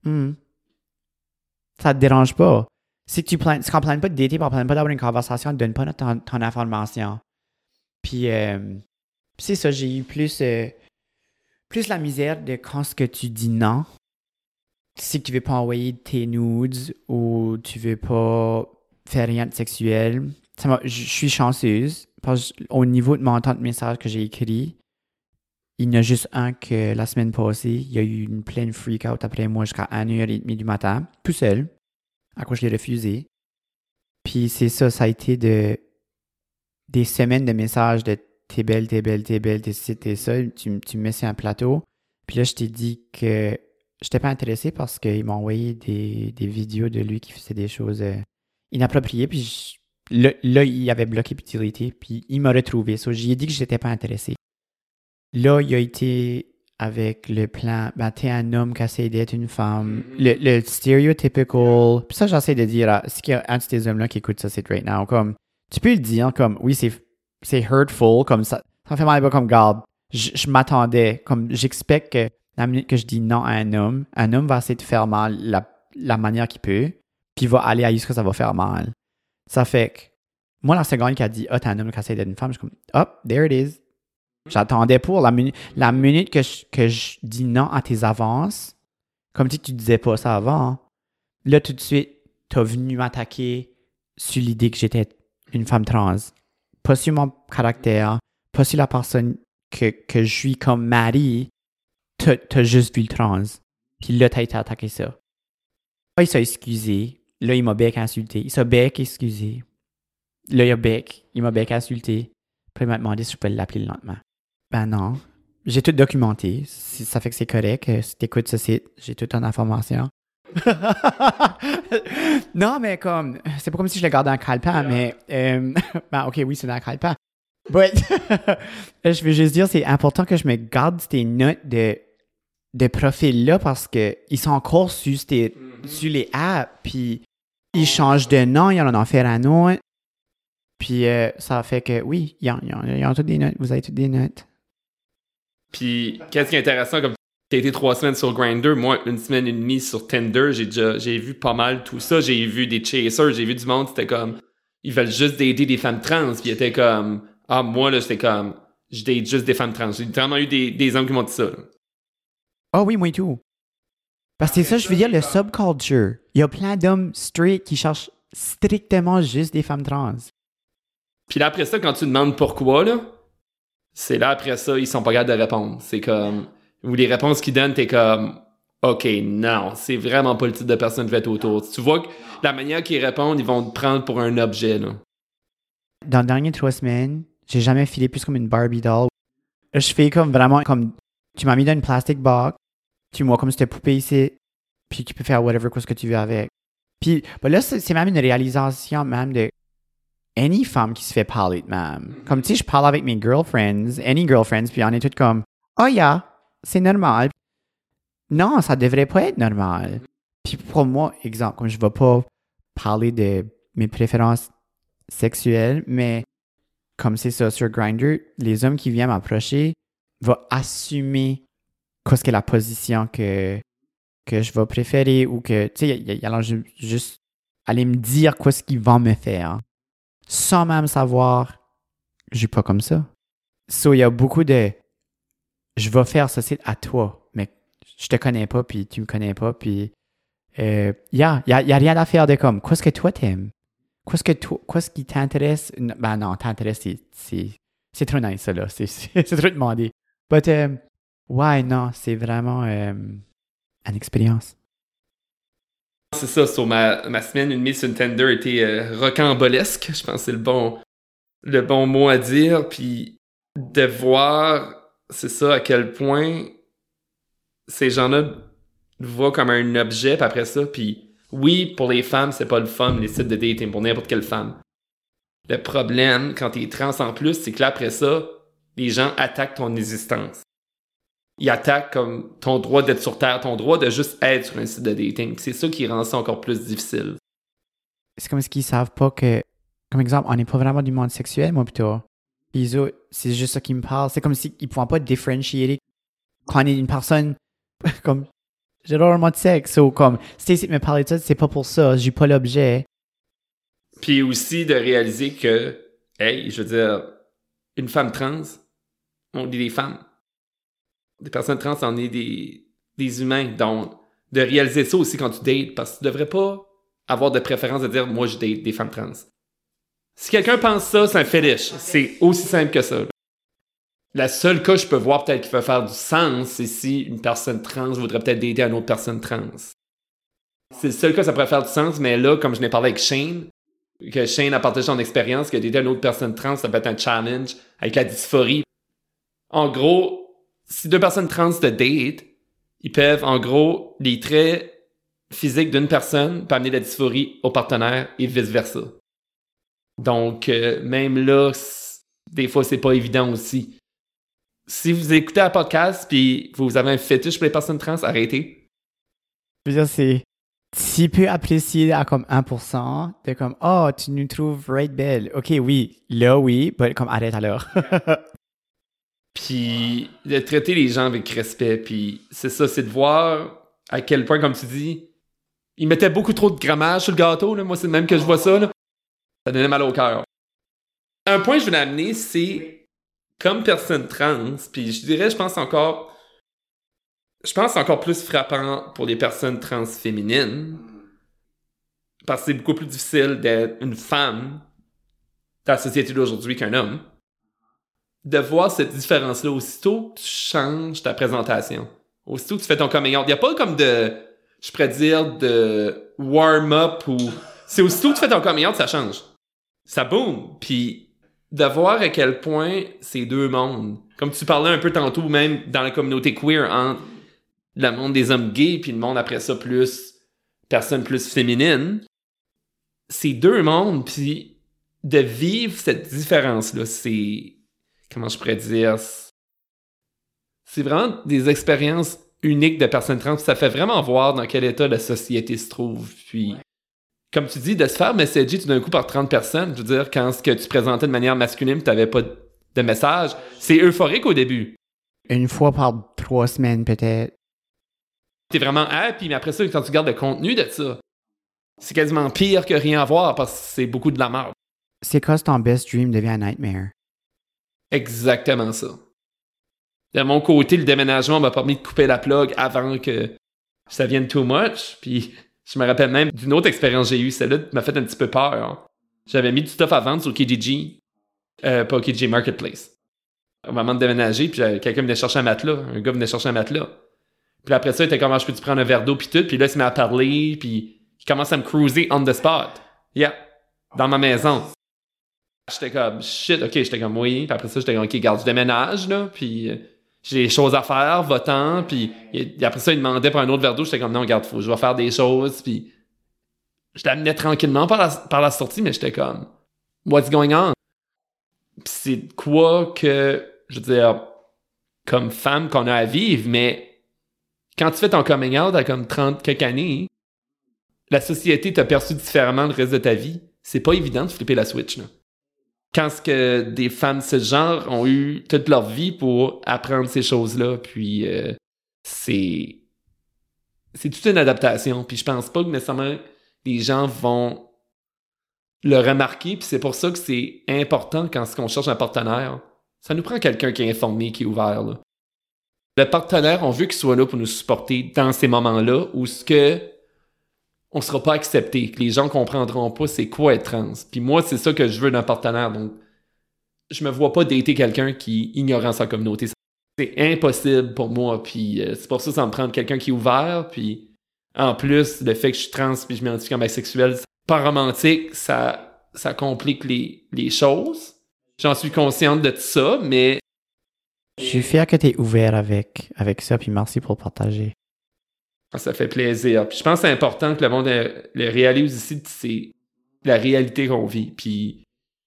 Ça te dérange pas. Si tu qu'on ne plane pas de dater, on ne plane pas d'avoir une conversation, ne donne pas ton information. Puis, c'est ça, j'ai eu plus la misère de quand ce que tu dis non. si tu veux pas envoyer tes nudes ou tu veux pas faire rien de sexuel, je suis chanceuse parce qu'au niveau de mon temps de message que j'ai écrit, il y en a juste un que la semaine passée, il y a eu une pleine freak-out après moi jusqu'à 1h30 du matin, tout seul, à quoi je l'ai refusé. Puis c'est ça, ça a été des semaines de messages de t'es belle, t'es belle, t'es belle, t'es ci, t'es ça, tu me mets sur un plateau. Puis là, je t'ai dit que j'étais pas intéressé parce qu'il m'a envoyé des vidéos de lui qui faisait des choses inappropriées. Puis là, il avait bloqué puis deleté, puis il m'a retrouvé. So, j'y ai dit que j'étais pas intéressé. Là, il a été avec le plan, ben, t'es un homme qui essaie d'être une femme. Le stereotypical. Puis ça, j'essaie de dire, s'il y a un de ces hommes-là qui écoute ça, c'est right now, comme, tu peux le dire, comme, oui, c'est hurtful, comme ça fait mal, comme, garde, je m'attendais, comme, j'expecte que la minute que je dis non à un homme va essayer de faire mal la manière qu'il peut, puis il va aller à ce que ça va faire mal. Ça fait que, moi, la seconde qui a dit, t'es un homme qui essaie d'être une femme, je suis comme, there it is. J'attendais pour la minute que je dis non à tes avances, comme si tu disais pas ça avant. Là, tout de suite, t'as venu m'attaquer sur l'idée que j'étais une femme trans. Pas sur mon caractère, pas sur la personne que je suis comme mari. T'as juste vu le trans. Puis là, t'as été attaqué ça. Là, il s'est excusé. Là, il m'a bec insulté. Il s'est bec excusé. Là, il m'a bec insulté. Puis il m'a demandé si je pouvais l'appeler le lendemain. Ben non. J'ai tout documenté. Ça fait que c'est correct. Si t'écoutes ce site, j'ai toute ton information. Non, mais comme... C'est pas comme si je le gardais en calepin, mais... ben, OK, oui, c'est dans le calepin. But... je veux juste dire, c'est important que je me garde ces notes de profil-là parce qu'ils sont encore sur les apps, puis ils changent de nom, ils en ont fait un autre. Puis ça fait que, oui, ils ont toutes des notes. Vous avez toutes des notes. Puis, qu'est-ce qui est intéressant, comme t'as été 3 semaines sur Grindr, moi, 1 semaine et demie sur Tinder, j'ai vu pas mal tout ça. J'ai vu des chasers, j'ai vu du monde, c'était comme, ils veulent juste dater des femmes trans, puis ils étaient comme, moi, là, j'étais comme, je date juste des femmes trans. J'ai vraiment eu des hommes qui m'ont dit ça, là. Oui, moi et tout. Parce que c'est ça, je veux dire, le subculture. Il y a plein d'hommes straight qui cherchent strictement juste des femmes trans. Puis là, après ça, quand tu demandes pourquoi, là, c'est là, après ça, ils sont pas capables de répondre. C'est comme... Ou les réponses qu'ils donnent, t'es comme... OK, non, c'est vraiment pas le type de personne qui va être autour. Tu vois que la manière qu'ils répondent, ils vont te prendre pour un objet, là. Dans les dernières 3 semaines, j'ai jamais filé plus comme une Barbie doll. Je fais comme vraiment comme... Tu m'as mis dans une plastic box, tu m'as comme cette poupée ici, puis tu peux faire whatever, quoi, ce que tu veux avec. Puis ben là, c'est même une réalisation même de... Any femme qui se fait parler de même. Comme, tu sais, je parle avec mes girlfriends, any girlfriends, puis on est toutes comme, oh yeah, c'est normal. Non, ça devrait pas être normal. Puis pour moi, exemple, comme je vais pas parler de mes préférences sexuelles, mais comme c'est ça sur Grindr, les hommes qui viennent m'approcher vont assumer qu'est-ce que la position que je vais préférer ou que, tu sais, ils allons juste aller me dire quoi ce qu'ils vont me faire. Sans même savoir, je suis pas comme ça. So, il y a beaucoup de je vais faire ça, c'est à toi, mais je te connais pas, puis tu me connais pas, puis y a rien à faire de comme, qu'est-ce que toi t'aimes? Qu'est-ce qui t'intéresse? Ben non, t'intéresse, c'est trop nice, ça, là. C'est trop demandé. But, ouais, non, c'est vraiment une expérience. C'est ça, sur ma semaine, 1 demie sur Tinder était rocambolesque, je pense que c'est le bon mot à dire, puis de voir, c'est ça, à quel point ces gens-là voient comme un objet, puis après ça, puis oui, pour les femmes, c'est pas le fun, les sites de dating, pour n'importe quelle femme. Le problème, quand t'es trans en plus, c'est que là, après ça, les gens attaquent ton existence. Ils attaquent comme ton droit d'être sur Terre, ton droit de juste être sur un site de dating. C'est ça qui rend ça encore plus difficile. C'est comme si ils savent pas que, comme exemple, on n'est pas vraiment du monde sexuel, moi, plutôt. Les autres, c'est juste ça qui me parle. C'est comme s'ils ne pouvaient pas différencier quand on est une personne comme j'adore le mode sexe. Ou comme Stacy me parlait de ça, c'est pas pour ça, j'ai pas l'objet. Puis aussi de réaliser que, hey, je veux dire, une femme trans, on est des femmes. Des personnes trans, on est des humains. Donc, de réaliser ça aussi quand tu dates, parce que tu devrais pas avoir de préférence de dire « moi, je date des femmes trans ». Si quelqu'un pense ça, c'est un fétiche. C'est aussi simple que ça. La seule cas que je peux voir peut-être qui peut faire du sens, c'est si une personne trans voudrait peut-être dater une autre personne trans. C'est le seul cas que ça pourrait faire du sens, mais là, comme je n'ai parlé avec Shane, que Shane a partagé son expérience, que dater une autre personne trans, ça peut être un challenge avec la dysphorie. En gros, si deux personnes trans te datent, ils peuvent, en gros, les traits physiques d'une personne peuvent amener la dysphorie au partenaire et vice-versa. Donc, même là, des fois, c'est pas évident aussi. Si vous écoutez un podcast puis vous avez un fétiche pour les personnes trans, arrêtez. Je veux dire, c'est si peu apprécié à comme 1%, de comme, oh, tu nous trouves right belle. OK, oui, là, oui, mais comme arrête alors. Puis de traiter les gens avec respect, puis c'est ça, c'est de voir à quel point, comme tu dis, ils mettaient beaucoup trop de grammage sur le gâteau, là. Moi, c'est le même que je vois ça, là. Ça donnait mal au cœur. Un point que je voulais amener, c'est comme personne trans, puis je dirais, je pense encore plus frappant pour les personnes trans féminines, parce que c'est beaucoup plus difficile d'être une femme dans la société d'aujourd'hui qu'un homme. De voir cette différence-là aussitôt que tu changes ta présentation. Aussitôt que tu fais ton coming out. Il n'y a pas comme je pourrais dire, de warm-up ou... C'est aussitôt que tu fais ton coming out, ça change. Ça boom. Puis de voir à quel point c'est deux mondes. Comme tu parlais un peu tantôt, même dans la communauté queer, entre le monde des hommes gays puis le monde après ça plus... personnes plus féminines. C'est deux mondes, puis de vivre cette différence-là, c'est... Comment je pourrais dire? C'est vraiment des expériences uniques de personnes trans. Ça fait vraiment voir dans quel état la société se trouve. Puis, comme tu dis, de se faire messager tout d'un coup par 30 personnes, je veux dire, quand ce que tu présentais de manière masculine, tu n'avais pas de message, c'est euphorique au début. Une fois par 3 semaines, peut-être. T'es vraiment happy, mais après ça, quand tu gardes le contenu de ça, c'est quasiment pire que rien à voir parce que c'est beaucoup de la merde. C'est quand ton best dream devient un nightmare. Exactement ça. De mon côté, le déménagement m'a permis de couper la plug avant que ça vienne too much. Puis je me rappelle même d'une autre expérience que j'ai eue. Celle-là m'a fait un petit peu peur. J'avais mis du stuff à vendre sur Kijiji. Pas Kijiji Marketplace. Au moment de déménager, puis quelqu'un venait chercher un matelas. Un gars venait chercher un matelas. Puis après ça, il était comme, je peux-tu prendre un verre d'eau puis tout. Puis là, il se met à parler, puis il commence à me cruiser on the spot. Yeah. Dans ma maison. J'étais comme, shit, ok, j'étais comme, oui. Puis après ça, j'étais comme, ok, garde du déménage, là. Puis j'ai des choses à faire, va-t'en. Puis après ça, il demandait pour un autre verre d'eau. J'étais comme, non, regarde, je vais faire des choses. Puis je l'amenais tranquillement par la sortie, mais j'étais comme, what's going on? Puis c'est quoi que, je veux dire, comme femme qu'on a à vivre, mais quand tu fais ton coming out à comme 30 quelques années, la société t'a perçu différemment le reste de ta vie. C'est pas évident de flipper la switch, là. Quand ce que des femmes de ce genre ont eu toute leur vie pour apprendre ces choses-là, puis c'est toute une adaptation, puis je pense pas que nécessairement les gens vont le remarquer, puis c'est pour ça que c'est important quand on cherche un partenaire. Ça nous prend quelqu'un qui est informé, qui est ouvert, là. Le partenaire, on veut qu'il soit là pour nous supporter dans ces moments-là où ce que on sera pas accepté, que les gens comprendront pas c'est quoi être trans. Puis moi, c'est ça que je veux d'un partenaire. Donc, je me vois pas dater quelqu'un qui ignore sa communauté. C'est impossible pour moi. Puis c'est pour ça que ça me prend quelqu'un qui est ouvert. Puis en plus, le fait que je suis trans puis je m'identifie comme bisexuel, pas romantique, ça complique les choses. J'en suis consciente de tout ça, mais... Je suis fier que tu es ouvert avec ça, puis merci pour le partager. Ça fait plaisir. Puis je pense que c'est important que le monde le réalise ici, c'est la réalité qu'on vit. Puis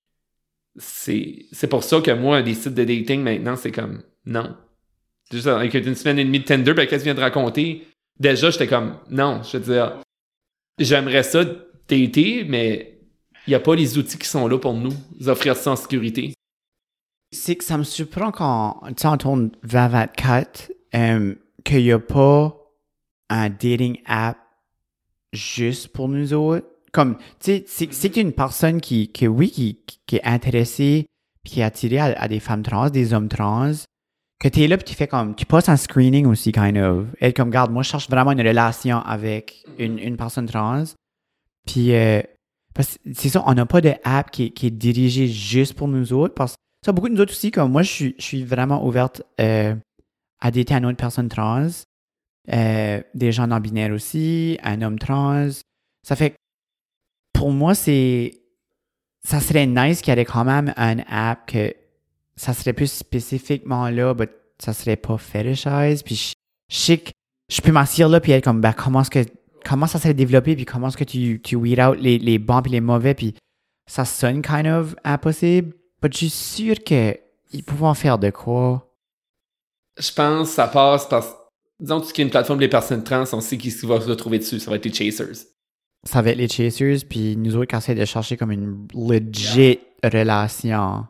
c'est pour ça que moi, des sites de dating maintenant, c'est comme non. Juste avec une semaine et demie de Tinder, ben qu'est-ce que tu viens de raconter? Déjà, j'étais comme non. Je veux dire, j'aimerais ça dater, mais il n'y a pas les outils qui sont là pour nous offrir ça en sécurité. C'est que ça me surprend quand, tu sais, on tourne 2024, qu'il n'y a pas un dating app juste pour nous autres. Comme, tu sais, c'est une personne qui est intéressée puis qui est attirée à des femmes trans, des hommes trans, que t'es là puis tu fais comme, tu passes un screening aussi, kind of. Être comme, regarde, moi, je cherche vraiment une relation avec une personne trans. Puis, parce que c'est ça, on n'a pas de app qui est dirigée juste pour nous autres. Parce que ça, beaucoup de nous autres aussi, comme moi, je suis vraiment ouverte à dater une autre personne trans. Des gens non-binaires aussi, un homme trans. Ça fait que, pour moi, ça serait nice qu'il y ait quand même une app que ça serait plus spécifiquement là, mais ça serait pas fetishized. Puis je sais que je peux m'asseoir là puis être comme, ben, comment ça serait développé, puis comment est-ce que tu weed out les bons puis les mauvais, puis ça sonne kind of impossible. Mais je suis sûr qu'ils pourront en faire de quoi. Je pense que ça passe parce que, disons, tu crées une plateforme des personnes trans, on sait qui va se retrouver dessus, ça va être les chasers. Ça va être les chasers, puis nous autres, quand on essaie de chercher comme une legit relation.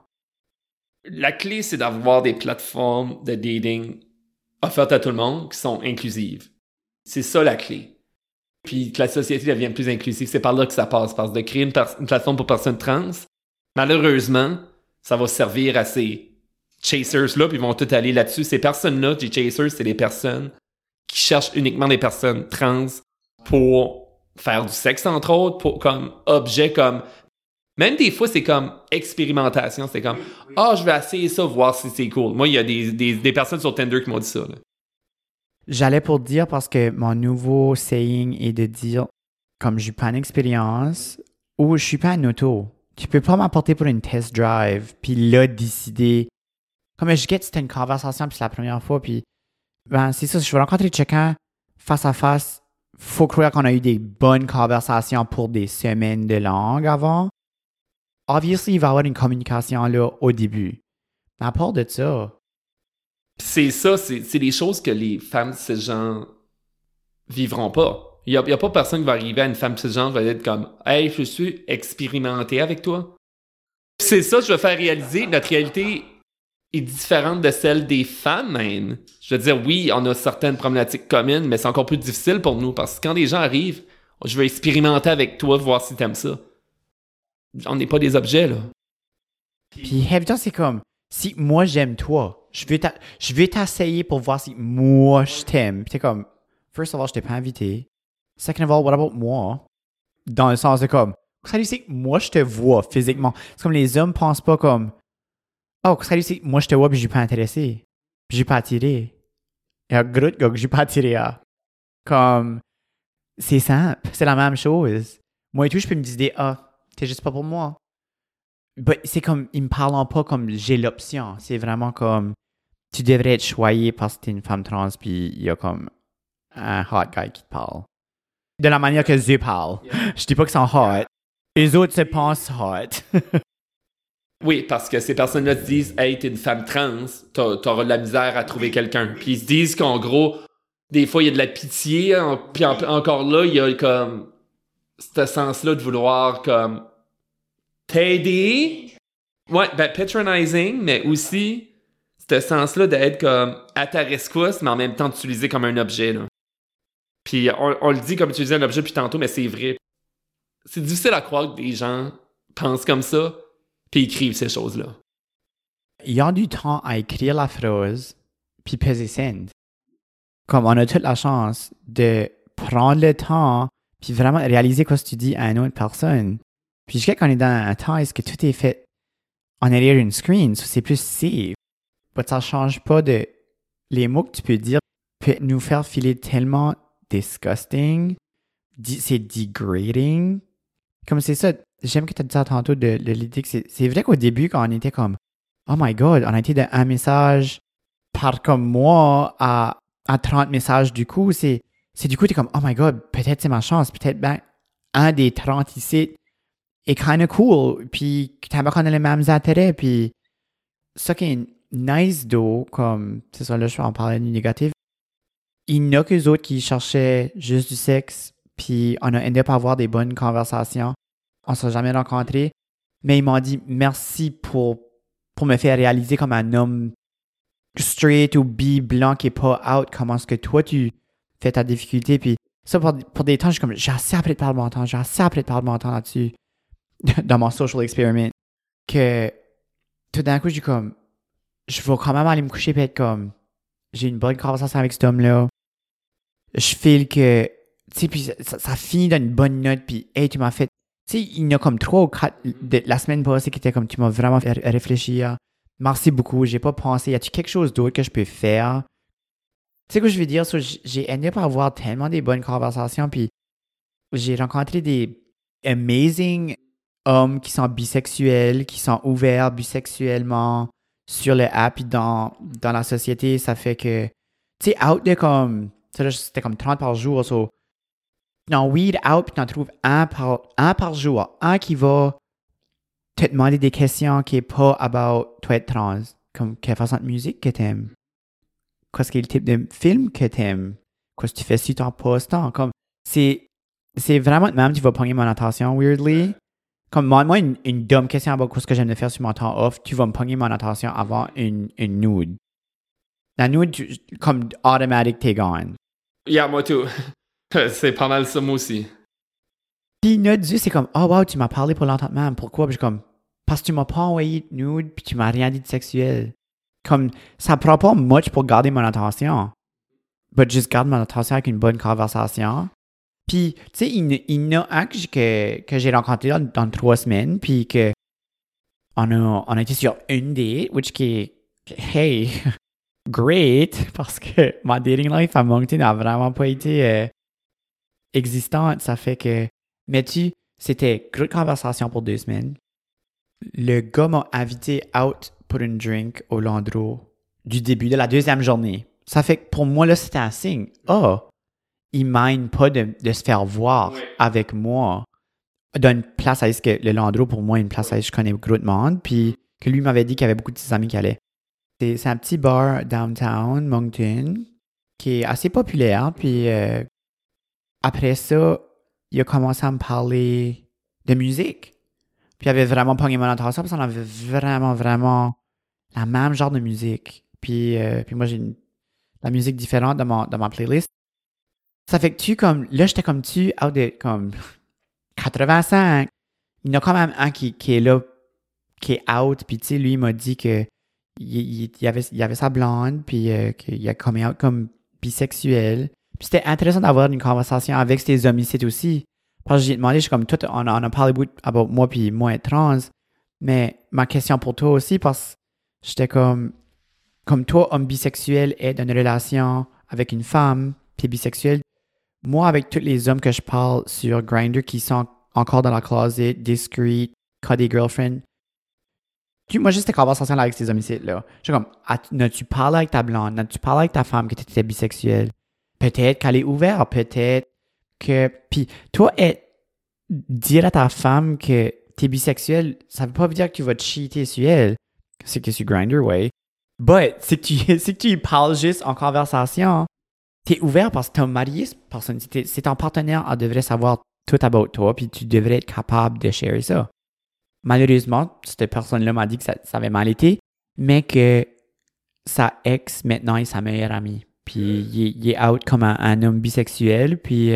La clé, c'est d'avoir des plateformes de dating offertes à tout le monde qui sont inclusives. C'est ça la clé. Puis que la société devienne plus inclusive, c'est par là que ça passe. Parce que de créer une plateforme pour personnes trans, malheureusement, ça va servir à ces chasers-là, puis ils vont tout aller là-dessus. Ces personnes-là, les chasers, c'est des personnes qui cherchent uniquement des personnes trans pour faire du sexe, entre autres, pour, comme objet, comme... Même des fois, c'est comme expérimentation. C'est comme, je vais essayer ça, voir si c'est cool. Moi, il y a des personnes sur Tinder qui m'ont dit ça. Là. J'allais pour te dire parce que mon nouveau saying est de dire, comme je suis pas une expérience ou je suis pas un auto, tu peux pas m'apporter pour une test drive, puis là, décider. Comme je get, c'était une conversation, puis c'est la première fois, puis ben, c'est ça, si je veux rencontrer quelqu'un face à face, faut croire qu'on a eu des bonnes conversations pour des semaines de langue avant. Obviously, il va y avoir une communication là au début. Mais à part de ça... C'est ça, c'est des choses que les femmes cisgenres vivront pas. Il y a pas personne qui va arriver à une femme cisgenre qui va être comme « Hey, je suis expérimenté avec toi. » C'est ça que je veux faire réaliser. Notre réalité est différente de celle des femmes même. Je veux dire, oui, on a certaines problématiques communes, mais c'est encore plus difficile pour nous parce que quand les gens arrivent, je veux expérimenter avec toi, voir si t'aimes ça. On n'est pas des objets, là. Puis, évidemment, c'est comme, si moi j'aime toi, je vais t'essayer pour voir si moi je t'aime. Puis t'es comme, first of all, je t'ai pas invité. Second of all, what about moi? Dans le sens de comme, ça lui c'est que moi je te vois physiquement. C'est comme les hommes pensent pas comme, ça lui c'est que moi je te vois puis je suis pas intéressé. Puis je suis pas attiré. Il y a un gros gars que je suis pas attiré à. Comme, c'est simple, c'est la même chose. Moi et tout, je peux me dire, t'es juste pas pour moi. But c'est comme, ils me parlent pas comme j'ai l'option. C'est vraiment comme, tu devrais être choyé parce que t'es une femme trans, puis il y a comme un hot guy qui te parle. De la manière que eux parlent. Yeah. Je dis pas qu'ils sont hot. Les autres se pensent hot. Oui, parce que ces personnes-là te disent « Hey, t'es une femme trans, t'auras de la misère à trouver quelqu'un. » Puis ils se disent qu'en gros, des fois, il y a de la pitié, puis encore là, il y a comme ce sens-là de vouloir comme t'aider. Ouais, ben patronizing, mais aussi ce sens-là d'être comme à ta rescousse, mais en même temps d'utiliser comme un objet, là. Puis on le dit comme utiliser un objet puis tantôt, mais c'est vrai. C'est difficile à croire que des gens pensent comme ça puis écrivent ces choses-là. Ils ont du temps à écrire la phrase puis peser send. Comme on a toute la chance de prendre le temps puis vraiment réaliser quoi ce que tu dis à une autre personne. Puis je sais qu'on est dans un temps est-ce que tout est fait en arrière d'une screen, so c'est plus safe. Mais ça change pas de... Les mots que tu peux dire peuvent nous faire filer tellement disgusting. C'est degrading. Comme c'est ça, j'aime que tu as dit ça tantôt de l'idée que c'est vrai qu'au début, quand on était comme oh my god, on a été d'un message par comme moi à 30 messages du coup, c'est du coup, t'es comme oh my god, peut-être c'est ma chance, peut-être ben un des 30 ici est kind of cool, puis que t'as pas les mêmes intérêts, puis ça qui est nice d'eau, comme c'est ça là, je vais en parler du négatif. Il y en a qu'eux autres qui cherchaient juste du sexe, puis on a endé par avoir des bonnes conversations. On s'est jamais rencontrés, mais ils m'ont dit merci pour me faire réaliser comme un homme straight ou bi blanc qui est pas out, comment est-ce que toi tu fais ta difficulté, puis ça pour des temps, j'ai assez appris de parler mon temps, là-dessus dans mon social experiment, que tout d'un coup, j'ai comme je vais quand même aller me coucher et être comme, j'ai une bonne conversation avec cet homme-là. Je feel que, tu sais, puis ça finit dans une bonne note, puis hey, tu m'as fait, tu sais, il y en a comme 3 ou 4 de la semaine passée qui étaient comme, tu m'as vraiment fait réfléchir. Merci beaucoup, j'ai pas pensé, y a-tu quelque chose d'autre que je peux faire? Tu sais quoi je veux dire? So, j'ai aimé par avoir tellement des bonnes conversations, puis j'ai rencontré des amazing hommes qui sont bisexuels, qui sont ouverts bisexuellement sur le app puis dans la société. Ça fait que, tu sais, out de comme, ça là, c'était comme 30 par jour. So, dans Weed Out, puis t'en trouves un par jour. Un qui va te demander des questions qui est pas about toi être trans. Comme quelle façon de musique que t'aimes. Qu'est-ce qui est le type de film que t'aimes. Qu'est-ce que tu fais sur ton poste-temps. Comme, c'est vraiment même tu vas pogner mon attention, weirdly. Comme, moi une dumbe question about ce que j'aime de faire sur mon temps off, tu vas me pogner mon attention avant une nude. La nude, comme, automatic, t'es gone. Yeah, moi tout. C'est pas mal ça, moi aussi. Puis notre Dieu, c'est comme, oh wow, tu m'as parlé pour l'entendement. Pourquoi? Puis je suis comme, parce que tu m'as pas envoyé de nude, puis tu m'as rien dit de sexuel. Comme, ça prend pas much pour garder mon attention. But juste garde mon attention avec une bonne conversation. Puis, tu sais, il y en a un que j'ai rencontré dans 3 semaines, puis que on a été sur une date, which qui est, hey, great, parce que ma dating life à Moncton n'a vraiment pas été existante. Ça fait que, mais c'était grosse conversation pour 2 semaines. Le gars m'a invité out pour une drink au Landreau du début de la 2e journée. Ça fait que pour moi, là, c'était un signe. Il mine pas de se faire voir avec moi. Dans une place à que le Landreau, pour moi, une place à je connais beaucoup de monde, puis que lui m'avait dit qu'il y avait beaucoup de ses amis qui allaient. C'est un petit bar downtown, Moncton, qui est assez populaire, puis après ça, il a commencé à me parler de musique. Puis il avait vraiment pogné mon attention parce qu'on avait vraiment, vraiment la même genre de musique. Puis moi, j'ai la musique différente dans ma playlist. Ça fait que là, j'étais comme out de comme 85. Il y en a quand même un qui est là, qui est out. Puis tu sais, lui, il m'a dit que il avait sa blonde, puis qu'il a coming out comme bisexuel. Puis c'était intéressant d'avoir une conversation avec ces hommes ici aussi. Parce que j'ai demandé, je suis comme, toi, on a parlé about moi, puis moi être trans. Mais ma question pour toi aussi, parce que j'étais comme toi, homme bisexuel, est dans une relation avec une femme, puis bisexuel. Moi, avec tous les hommes que je parle sur Grindr qui sont encore dans la closet, discreet, cas des girlfriends, moi, juste cette conversation là avec ces hommes ici, là. Je suis comme, n'as-tu parlé avec ta blonde, n'as-tu parlé avec ta femme que tu étais bisexuel? Peut-être qu'elle est ouverte, peut-être que. Puis, toi, dire à ta femme que t'es bisexuel, ça veut pas dire que tu vas te cheater sur elle. C'est que sur Grindr, ouais. But, c'est que tu y parles juste en conversation. T'es ouvert parce que t'as marié cette personne. C'est ton partenaire, elle devrait savoir tout about toi, puis tu devrais être capable de share ça. Malheureusement, cette personne-là m'a dit que ça avait mal été, mais que sa ex, maintenant, est sa meilleure amie. Puis il est out comme un homme bisexuel, puis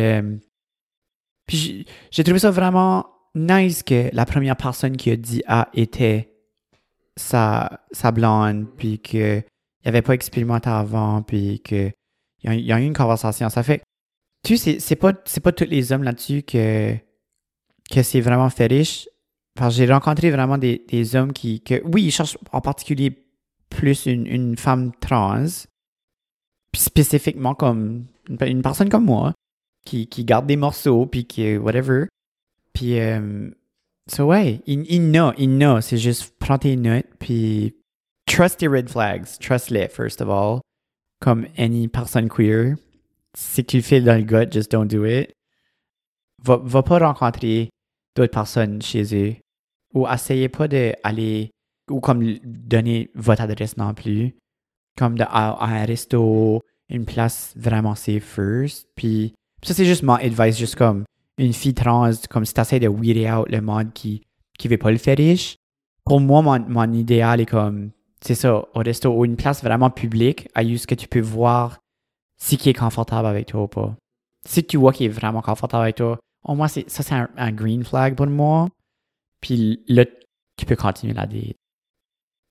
j'ai trouvé ça vraiment nice que la première personne qui a dit A était sa blonde, puis qu'il n'avait pas expérimenté avant, puis qu'il y a eu une conversation. Ça fait, tu sais, c'est pas tous les hommes là-dessus que c'est vraiment fait riche. Parce que j'ai rencontré vraiment des hommes oui, ils cherchent en particulier plus une femme trans, puis spécifiquement comme une personne comme moi, qui garde des morceaux, puis qui whatever. Puis, ouais, il n'a, c'est juste prends tes notes, puis trust tes red flags, trust-les, first of all. Comme any personne queer, si tu le fais dans le gut, just don't do it. Va pas rencontrer d'autres personnes chez eux, ou essayez pas d'aller, ou comme donner votre adresse non plus, comme à un resto, une place vraiment safe first, puis ça c'est juste mon advice, juste comme une fille trans, comme si t'essayes de weeder out le monde qui veut pas le faire riche. Pour moi, mon idéal est comme, c'est ça, au resto ou une place vraiment publique, à ce que tu peux voir si qui est confortable avec toi ou pas. Si tu vois qu'il est vraiment confortable avec toi, au moins c'est un green flag pour moi. Puis là, tu peux continuer la date.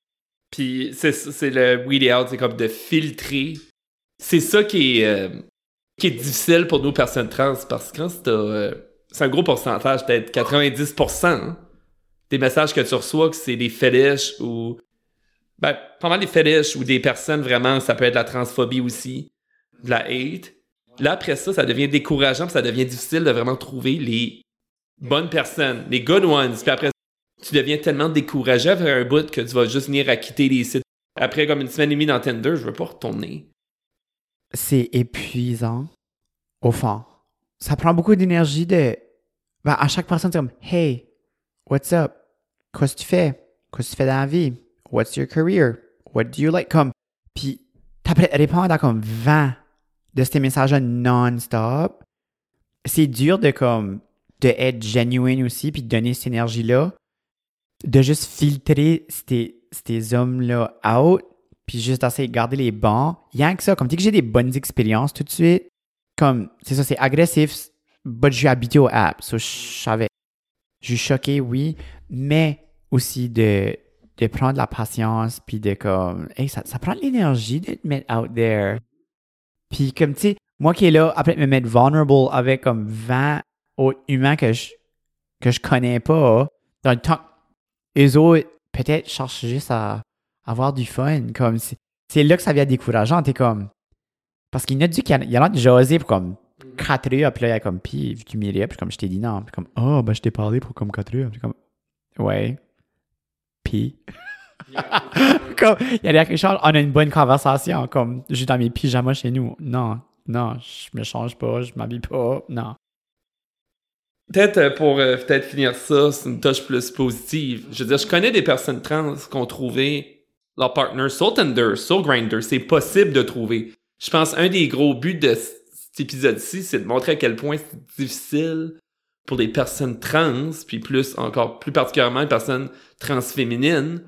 Puis c'est le weed out, c'est comme de filtrer. C'est ça qui est difficile pour nous, personnes trans, parce que quand c'est un gros pourcentage, peut-être 90%, hein, des messages que tu reçois, que c'est des fétiches ou... Ben, pas mal des fétiches ou des personnes vraiment, ça peut être de la transphobie aussi, de la hate. Là, après ça devient décourageant, puis ça devient difficile de vraiment trouver les bonnes personnes, les good ones. Puis après, tu deviens tellement découragé avec un bout que tu vas juste venir à quitter les sites. Après comme une semaine et demie dans Tinder, je veux pas retourner. C'est épuisant, au fond. Ça prend beaucoup d'énergie de... Ben, à chaque personne, c'est comme « Hey, what's up? Qu'est-ce que tu fais? Qu'est-ce que tu fais dans la vie? What's your career? What do you like? » Comme... Puis, t'as répondre à comme 20 de ces messages-là non-stop. C'est dur de être genuine aussi, puis de donner cette énergie-là. De juste filtrer ces hommes-là out, puis juste d'essayer de garder les bons. Rien que ça, comme tu dis que j'ai des bonnes expériences tout de suite, comme, c'est ça, c'est agressif, but je suis habitué aux apps, so je savais. Je suis choqué, oui, mais aussi de prendre la patience, puis de comme, hey, ça prend de l'énergie de te mettre out there. Puis comme, tu sais, moi qui est là, après me mettre vulnerable avec comme 20 autres humains que je connais pas, dans le temps, eux autres, peut-être, cherchent juste à avoir du fun. Comme, c'est là que ça devient décourageant. T'es comme... Parce qu'il y en a du qui a l'air de jaser pour comme 4 heures, puis là, il y a comme, puis tu m'irais, puis comme je t'ai dit non. Puis comme, oh, ben je t'ai parlé pour comme 4 heures. Puis comme, ouais. Puis... comme, il y a quelque chose, on a une bonne conversation, comme, juste dans mes pyjamas chez nous. Non, je me change pas, je m'habille pas, non. Peut-être pour peut-être finir ça, c'est une touche plus positive. Je veux dire, je connais des personnes trans qui ont trouvé leur partner sur Tinder, sur Grindr. C'est possible de trouver. Je pense un des gros buts de cet épisode-ci, c'est de montrer à quel point c'est difficile pour les personnes trans, puis encore plus particulièrement les personnes transféminines,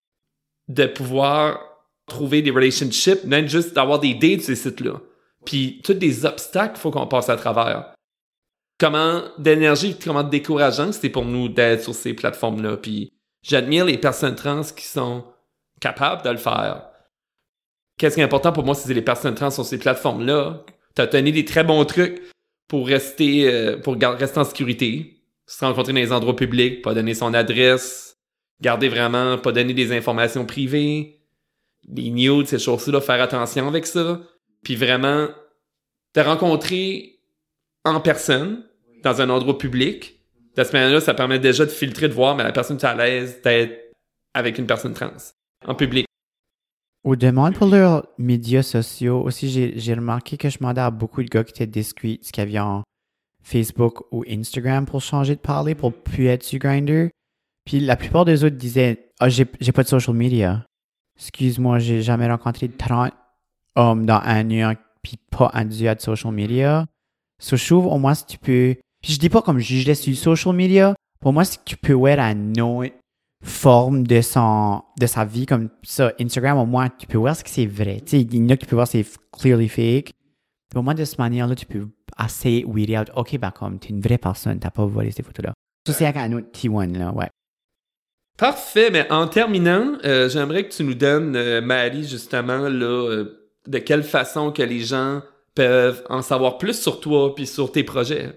de pouvoir trouver des relationships, même juste d'avoir des dates sur ces sites-là. Puis tous des obstacles, il faut qu'on passe à travers. Comment d'énergie, comment décourageant c'était pour nous d'être sur ces plateformes-là. Puis j'admire les personnes trans qui sont capables de le faire. Qu'est-ce qui est important pour moi, c'est les personnes trans sur ces plateformes-là. T'as donné des très bons trucs pour rester en sécurité, se rencontrer dans les endroits publics, pas donner son adresse, garder vraiment, pas donner des informations privées, les nudes, ces choses-là, faire attention avec ça. Puis vraiment, te rencontrer en personne, dans un endroit public. De cette manière-là, ça permet déjà de filtrer, de voir, mais la personne est à l'aise d'être avec une personne trans, en public. Aux demandes pour leurs médias sociaux, aussi, j'ai remarqué que je demandais à beaucoup de gars qui étaient discrets, qui avaient en Facebook ou Instagram pour changer de parler, pour plus être sur Grindr. Puis la plupart des autres disaient « Ah, j'ai pas de social media. Excuse-moi, j'ai jamais rencontré 30 hommes dans un an puis pas un dieu de social media. » So, je trouve, au moins, si tu peux... Puis je dis pas comme je jugeais sur social media. Pour moi, si tu peux voir une autre forme de sa vie comme ça, Instagram, au moins, tu peux voir ce que c'est vrai. Tu sais, il y en a qui peuvent voir c'est clearly fake. Pour moi, de cette manière-là, tu peux assez weed out. OK, ben comme, t'es une vraie personne, t'as pas volé ces photos-là. Ça, c'est avec un autre T1, là, ouais. Parfait, mais en terminant, j'aimerais que tu nous donnes, Marie, justement, là, de quelle façon que les gens peuvent en savoir plus sur toi puis sur tes projets.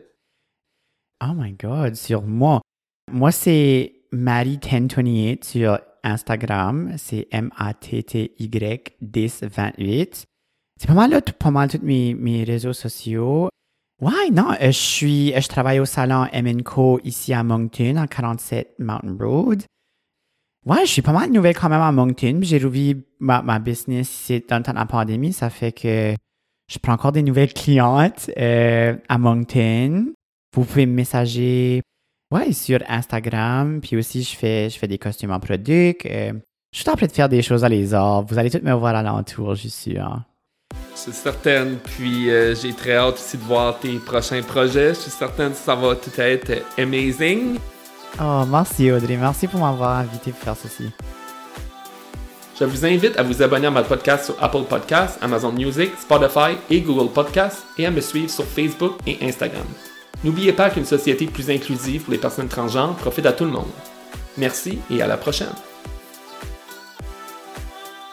Oh my God, sur moi. Moi, c'est Marie1028 sur Instagram. C'est MATTY1028. C'est pas mal tous mes réseaux sociaux. Ouais, non, je travaille au salon M&Co ici à Moncton, en 47 Mountain Road. Ouais, je suis pas mal nouvelle quand même à Moncton. J'ai rouvert ma business ici dans le temps de la pandémie. Ça fait que je prends encore des nouvelles clientes à Moncton. Vous pouvez me messager sur Instagram. Puis aussi, je fais des costumes en produit. Je suis en train de faire des choses à les arts. Vous allez tous me voir à l'entour, je suis sûr. Je suis certaine. Puis j'ai très hâte aussi de voir tes prochains projets. Je suis certaine que ça va tout être amazing. Oh, merci Audrey. Merci pour m'avoir invité pour faire ceci. Je vous invite à vous abonner à mon podcast sur Apple Podcasts, Amazon Music, Spotify et Google Podcasts et à me suivre sur Facebook et Instagram. N'oubliez pas qu'une société plus inclusive pour les personnes transgenres profite à tout le monde. Merci et à la prochaine.